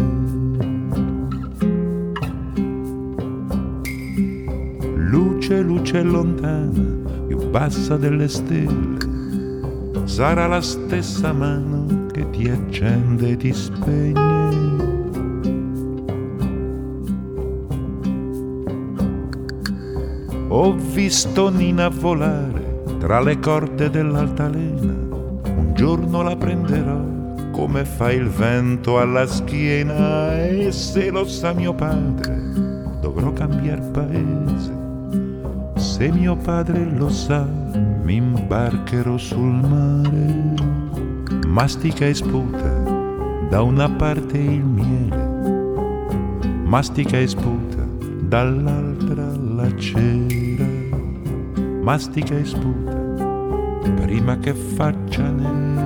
Luce, luce lontana, più bassa delle stelle, sarà la stessa mano che ti accende e ti spegne. Ho visto Nina volare tra le corde dell'altalena, un giorno la prenderò come fa il vento alla schiena, e se lo sa mio padre dovrò cambiar paese, se mio padre lo sa mi imbarcherò sul mare. Mastica e sputa da una parte il miele, mastica e sputa dall'altra la cera, mastica e sputa prima che faccia neve.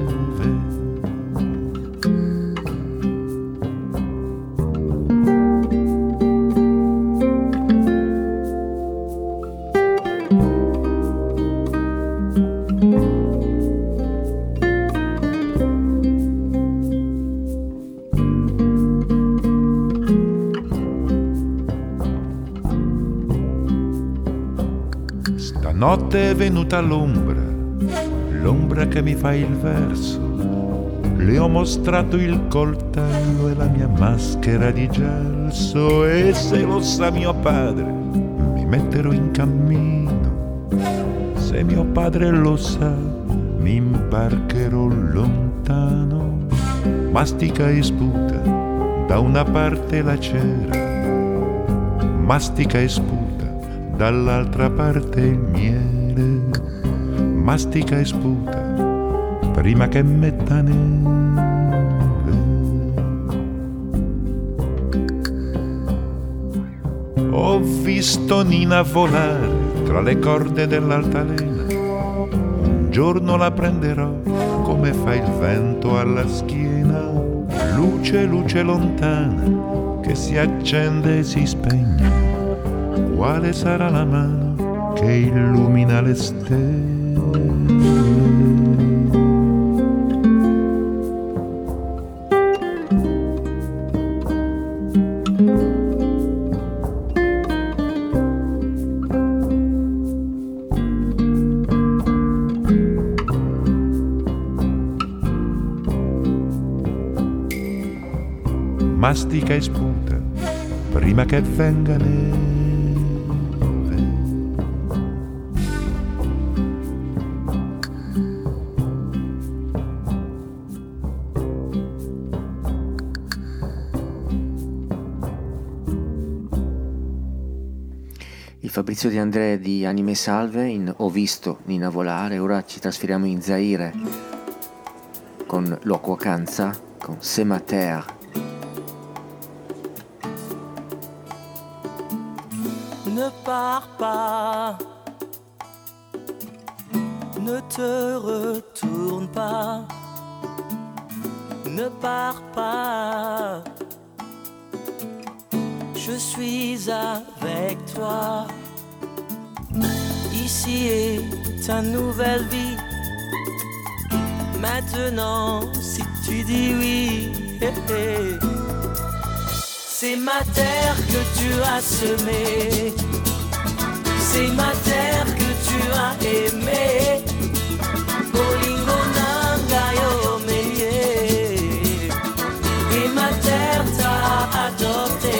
Notte è venuta l'ombra, l'ombra che mi fa il verso. Le ho mostrato il coltello e la mia maschera di gelso, e se lo sa mio padre mi metterò in cammino, se mio padre lo sa mi imbarcherò lontano. Mastica e sputa da una parte la cera, mastica e sputa dall'altra parte il miele, mastica e sputa prima che metta neve. Ho visto Nina volare tra le corde dell'altalena. Un giorno la prenderò come fa il vento alla schiena. Luce, luce lontana che si accende e si spegne. Quale sarà la mano che illumina le stelle? Mastica e sputa prima che venga neve. Il Fabrizio De André di Anime Salve in Ho visto Nina volare. Ora ci trasferiamo in Zaire con Loquacanza, con C'est ma terre. Ne pars pas, ne te retourne pas, ne pars pas, je suis avec toi. Ici est ta nouvelle vie, maintenant si tu dis oui, hey, hey. C'est ma terre que tu as semée, c'est ma terre que tu as aimée. Bolingo nanga yo melie, et ma terre t'a adopté.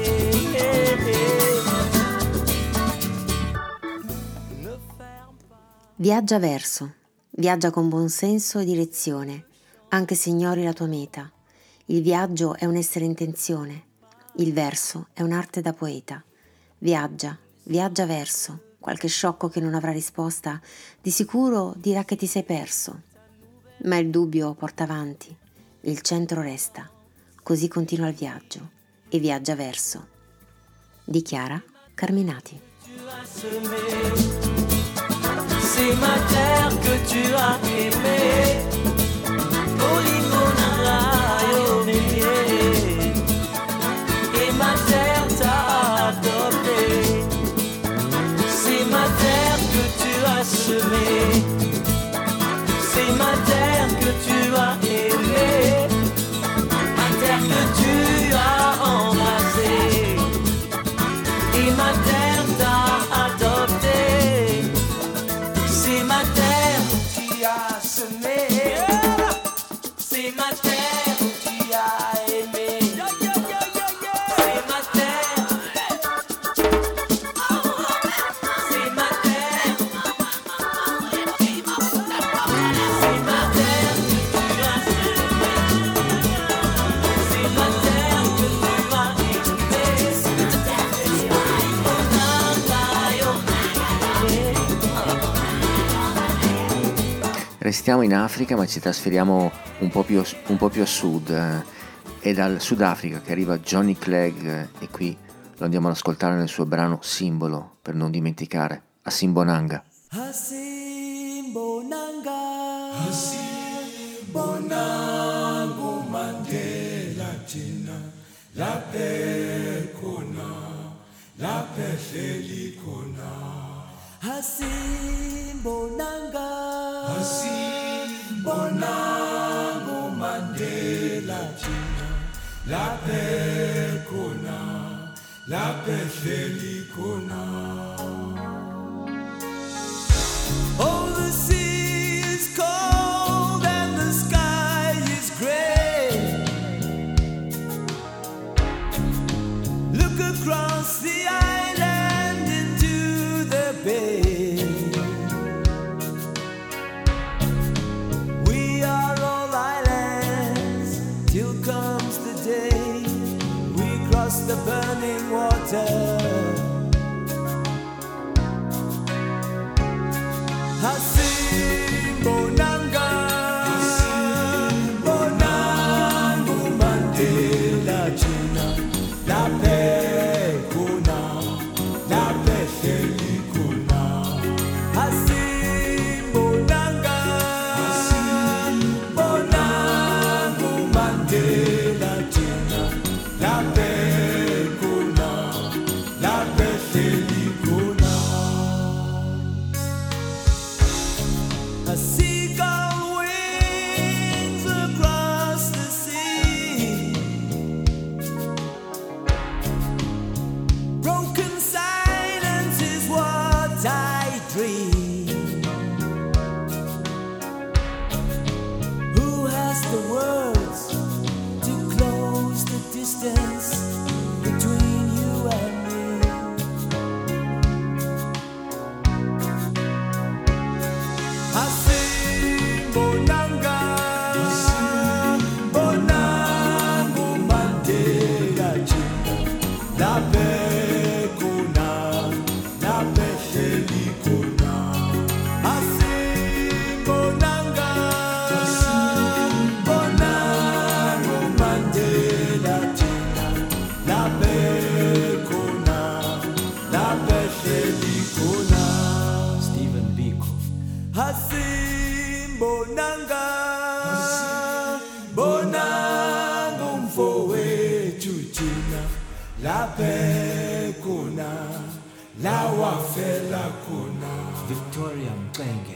Viaggia verso, viaggia con buon senso e direzione, anche se ignori la tua meta. Il viaggio è un essere in tensione. Il verso è un'arte da poeta. Viaggia, viaggia verso. Qualche sciocco che non avrà risposta di sicuro dirà che ti sei perso. Ma il dubbio porta avanti, il centro resta. Così continua il viaggio e viaggia verso. Dichiara Carminati. C'est ma terre que tu as aimée. Bolingo nanga yo melie, et ma terre t'a adopté. C'est ma terre que tu as semée, c'est ma terre que tu as aimée, ma terre que tu as embrassée, et ma terre t'a adopté. C'est ma terre qui a semé, c'est ma terre qui a aimé. C'est ma terre, c'est ma terre, c'est ma terre que tu as semé, c'est ma terre que tu as aimé. Restiamo in Africa, ma ci trasferiamo un po' più, un po' più a sud. Eh. È dal Sudafrica che arriva Johnny Clegg eh, e qui lo andiamo ad ascoltare nel suo brano Simbolo, per non dimenticare, a Simbonanga. Asimbonanga, Asimbonanga, Mandela Tina, la pekona, la peselikona. Asimbonanga, Asimbonanga, Mandela Tina, la pekona, la peselikona. Oh, the sea is cold and the sky is gray. Look across the island into the bay. We are all islands till comes the day we cross the burning water. Asimbonanga, Asimbonanga, Mandela Tina, la pekona, la pecuna, la peselicuna, así bonanga, bonango Mandela tina, la pecuna, la peselicuna, Stephen Biko, así bonanga, bonango mfowe chuchina, la pecuna, la wafela kuna, Victoria Mkenge,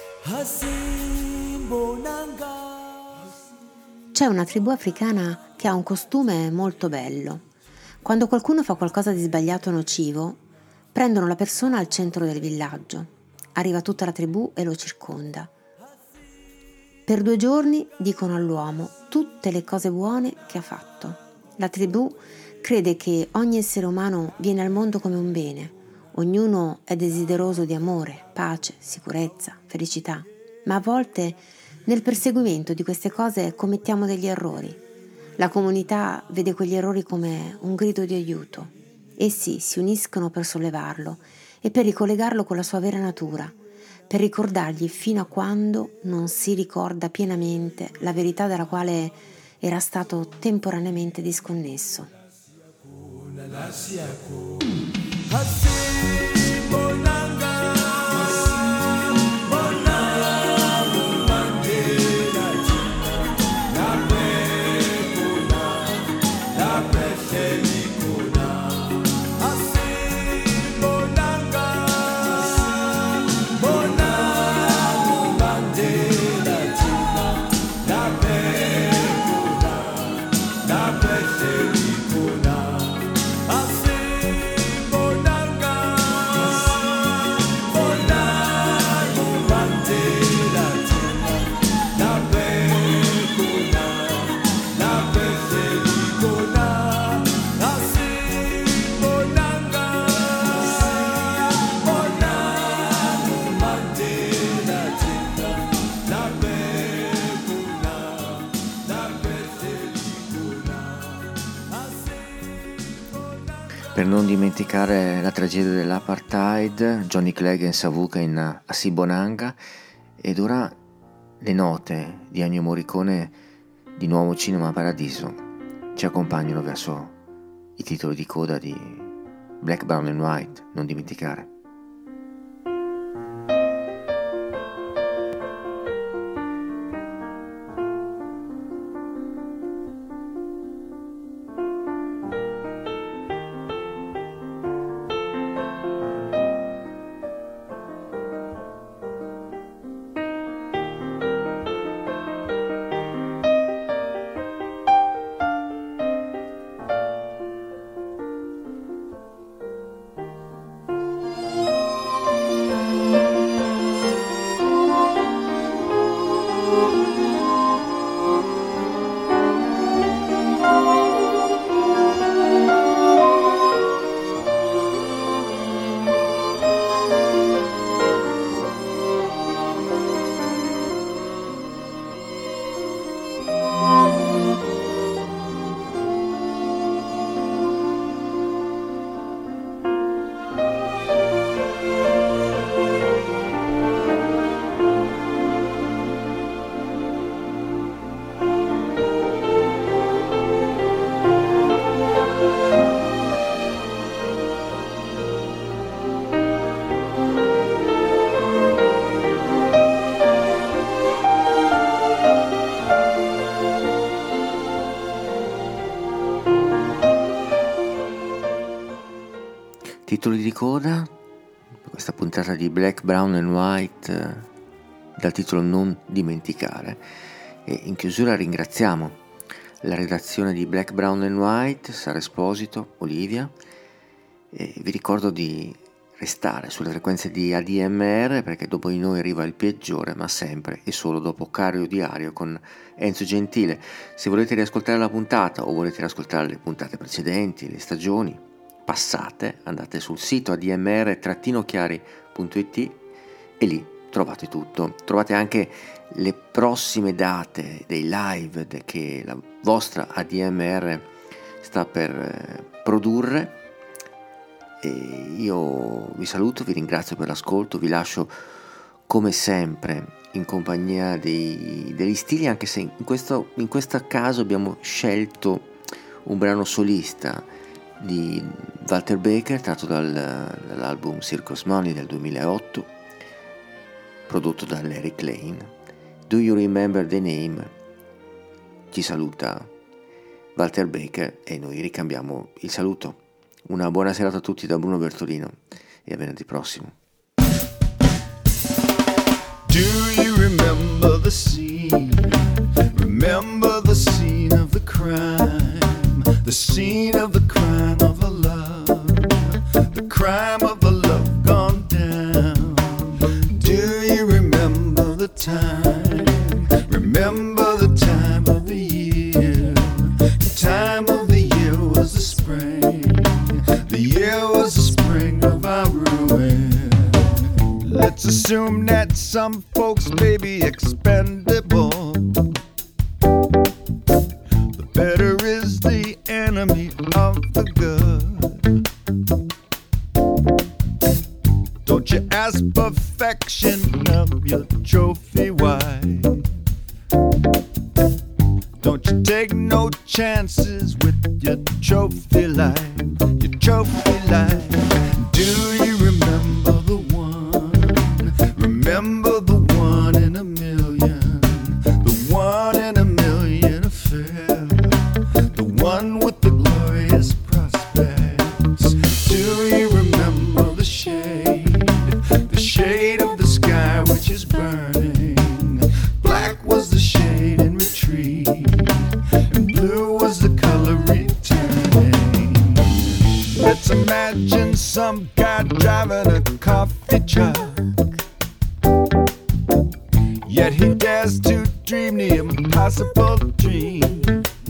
así bonanga. C'è una tribù africana che ha un costume molto bello. Quando qualcuno fa qualcosa di sbagliato o nocivo, prendono la persona al centro del villaggio. Arriva tutta la tribù e lo circonda. Per due giorni dicono all'uomo tutte le cose buone che ha fatto. La tribù crede che ogni essere umano viene al mondo come un bene. Ognuno è desideroso di amore, pace, sicurezza, felicità. Ma a volte nel perseguimento di queste cose commettiamo degli errori. La comunità vede quegli errori come un grido di aiuto. Essi si uniscono per sollevarlo e per ricollegarlo con la sua vera natura, per ricordargli fino a quando non si ricorda pienamente la verità dalla quale era stato temporaneamente disconnesso. Per non dimenticare la tragedia dell'apartheid, Johnny Clegg e Savuka in Asibonanga, ed ora le note di Ennio Morricone di Nuovo Cinema Paradiso ci accompagnano verso i titoli di coda di Black, Brown and White, non dimenticare. Titoli di coda per questa puntata di Black, Brown and White, eh, dal titolo Non dimenticare. E in chiusura ringraziamo la redazione di Black, Brown and White, Sara Esposito, Olivia, e vi ricordo di restare sulle frequenze di A D M R, perché dopo di noi arriva il peggiore, ma sempre e solo dopo Cario Diario con Enzo Gentile. Se volete riascoltare la puntata o volete riascoltare le puntate precedenti, le stagioni passate, andate sul sito a d m r chiari punto i t e lì trovate tutto. Trovate anche le prossime date dei live che la vostra A D M R sta per produrre. E io vi saluto, vi ringrazio per l'ascolto, vi lascio come sempre in compagnia dei, degli stili, anche se in questo, in questo caso abbiamo scelto un brano solista di Walter Baker tratto dal, dall'album Circus Money del duemilaotto, prodotto da Larry Klein. Do You Remember the Name? Ci saluta Walter Baker e noi ricambiamo il saluto. Una buona serata a tutti da Bruno Bertolino e a venerdì prossimo. Do you remember the scene? Remember the scene of the crime? The scene of the crime of a love, the crime of a love gone down. Do you remember the time? Remember the time of the year? The time of the year was the spring. The year was the spring of our ruin. Let's assume that some folks may be expendable. The better is the enemy of the good. Don't you ask perfection of your trophy wife. Don't you take no chances with your trophy life. Your trophy life. Do you remember the one? Remember the one in a million. The one in a million affair. The one with the glorious prospects. Do you remember the shade? The shade of the sky which is burning. Black was the shade in retreat, and blue was the color returning. Let's imagine some guy driving a coffee truck, yet he dares to dream the impossible dream.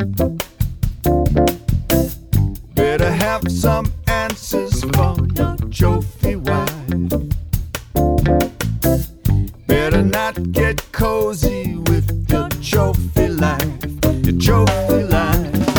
Better have some answers for your trophy wife. Better not get cozy with your trophy life. Your trophy life.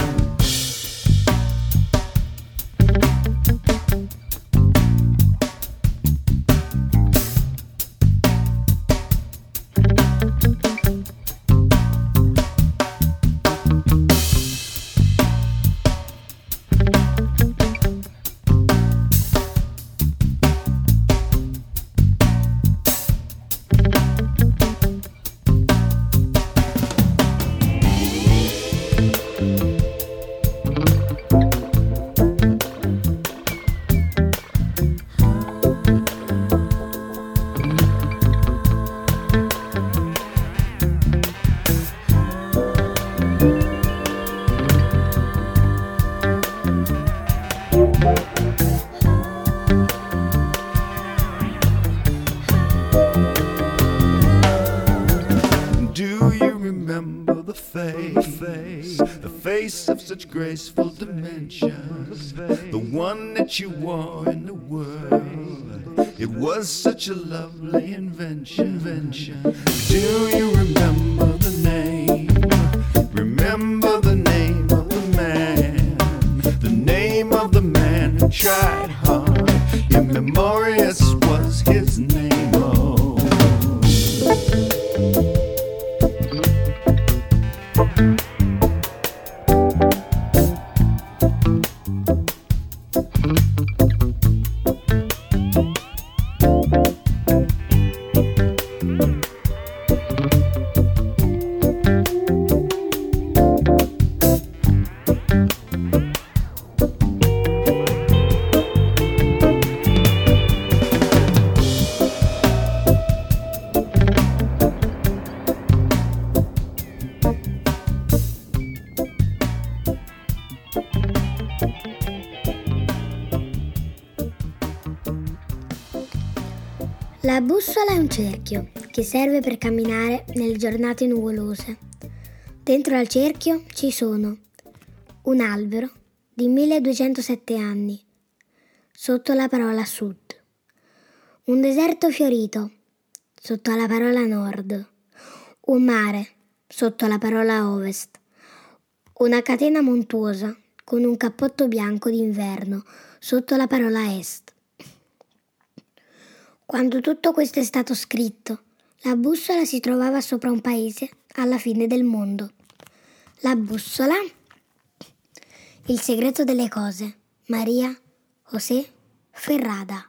Of such graceful dimensions, the one that you wore in the world, it was such a lovely invention. invention. Do you remember the name? Remember the name of the man, the name of the man who tried hard. Immemorious was his name. Oh. La bussola è un cerchio che serve per camminare nelle giornate nuvolose. Dentro al cerchio ci sono un albero di milleduecentosette anni, sotto la parola sud, un deserto fiorito, sotto la parola nord, un mare, sotto la parola ovest, una catena montuosa con un cappotto bianco d'inverno sotto la parola est. Quando tutto questo è stato scritto, la bussola si trovava sopra un paese alla fine del mondo. La bussola, il segreto delle cose, Maria José Ferrada.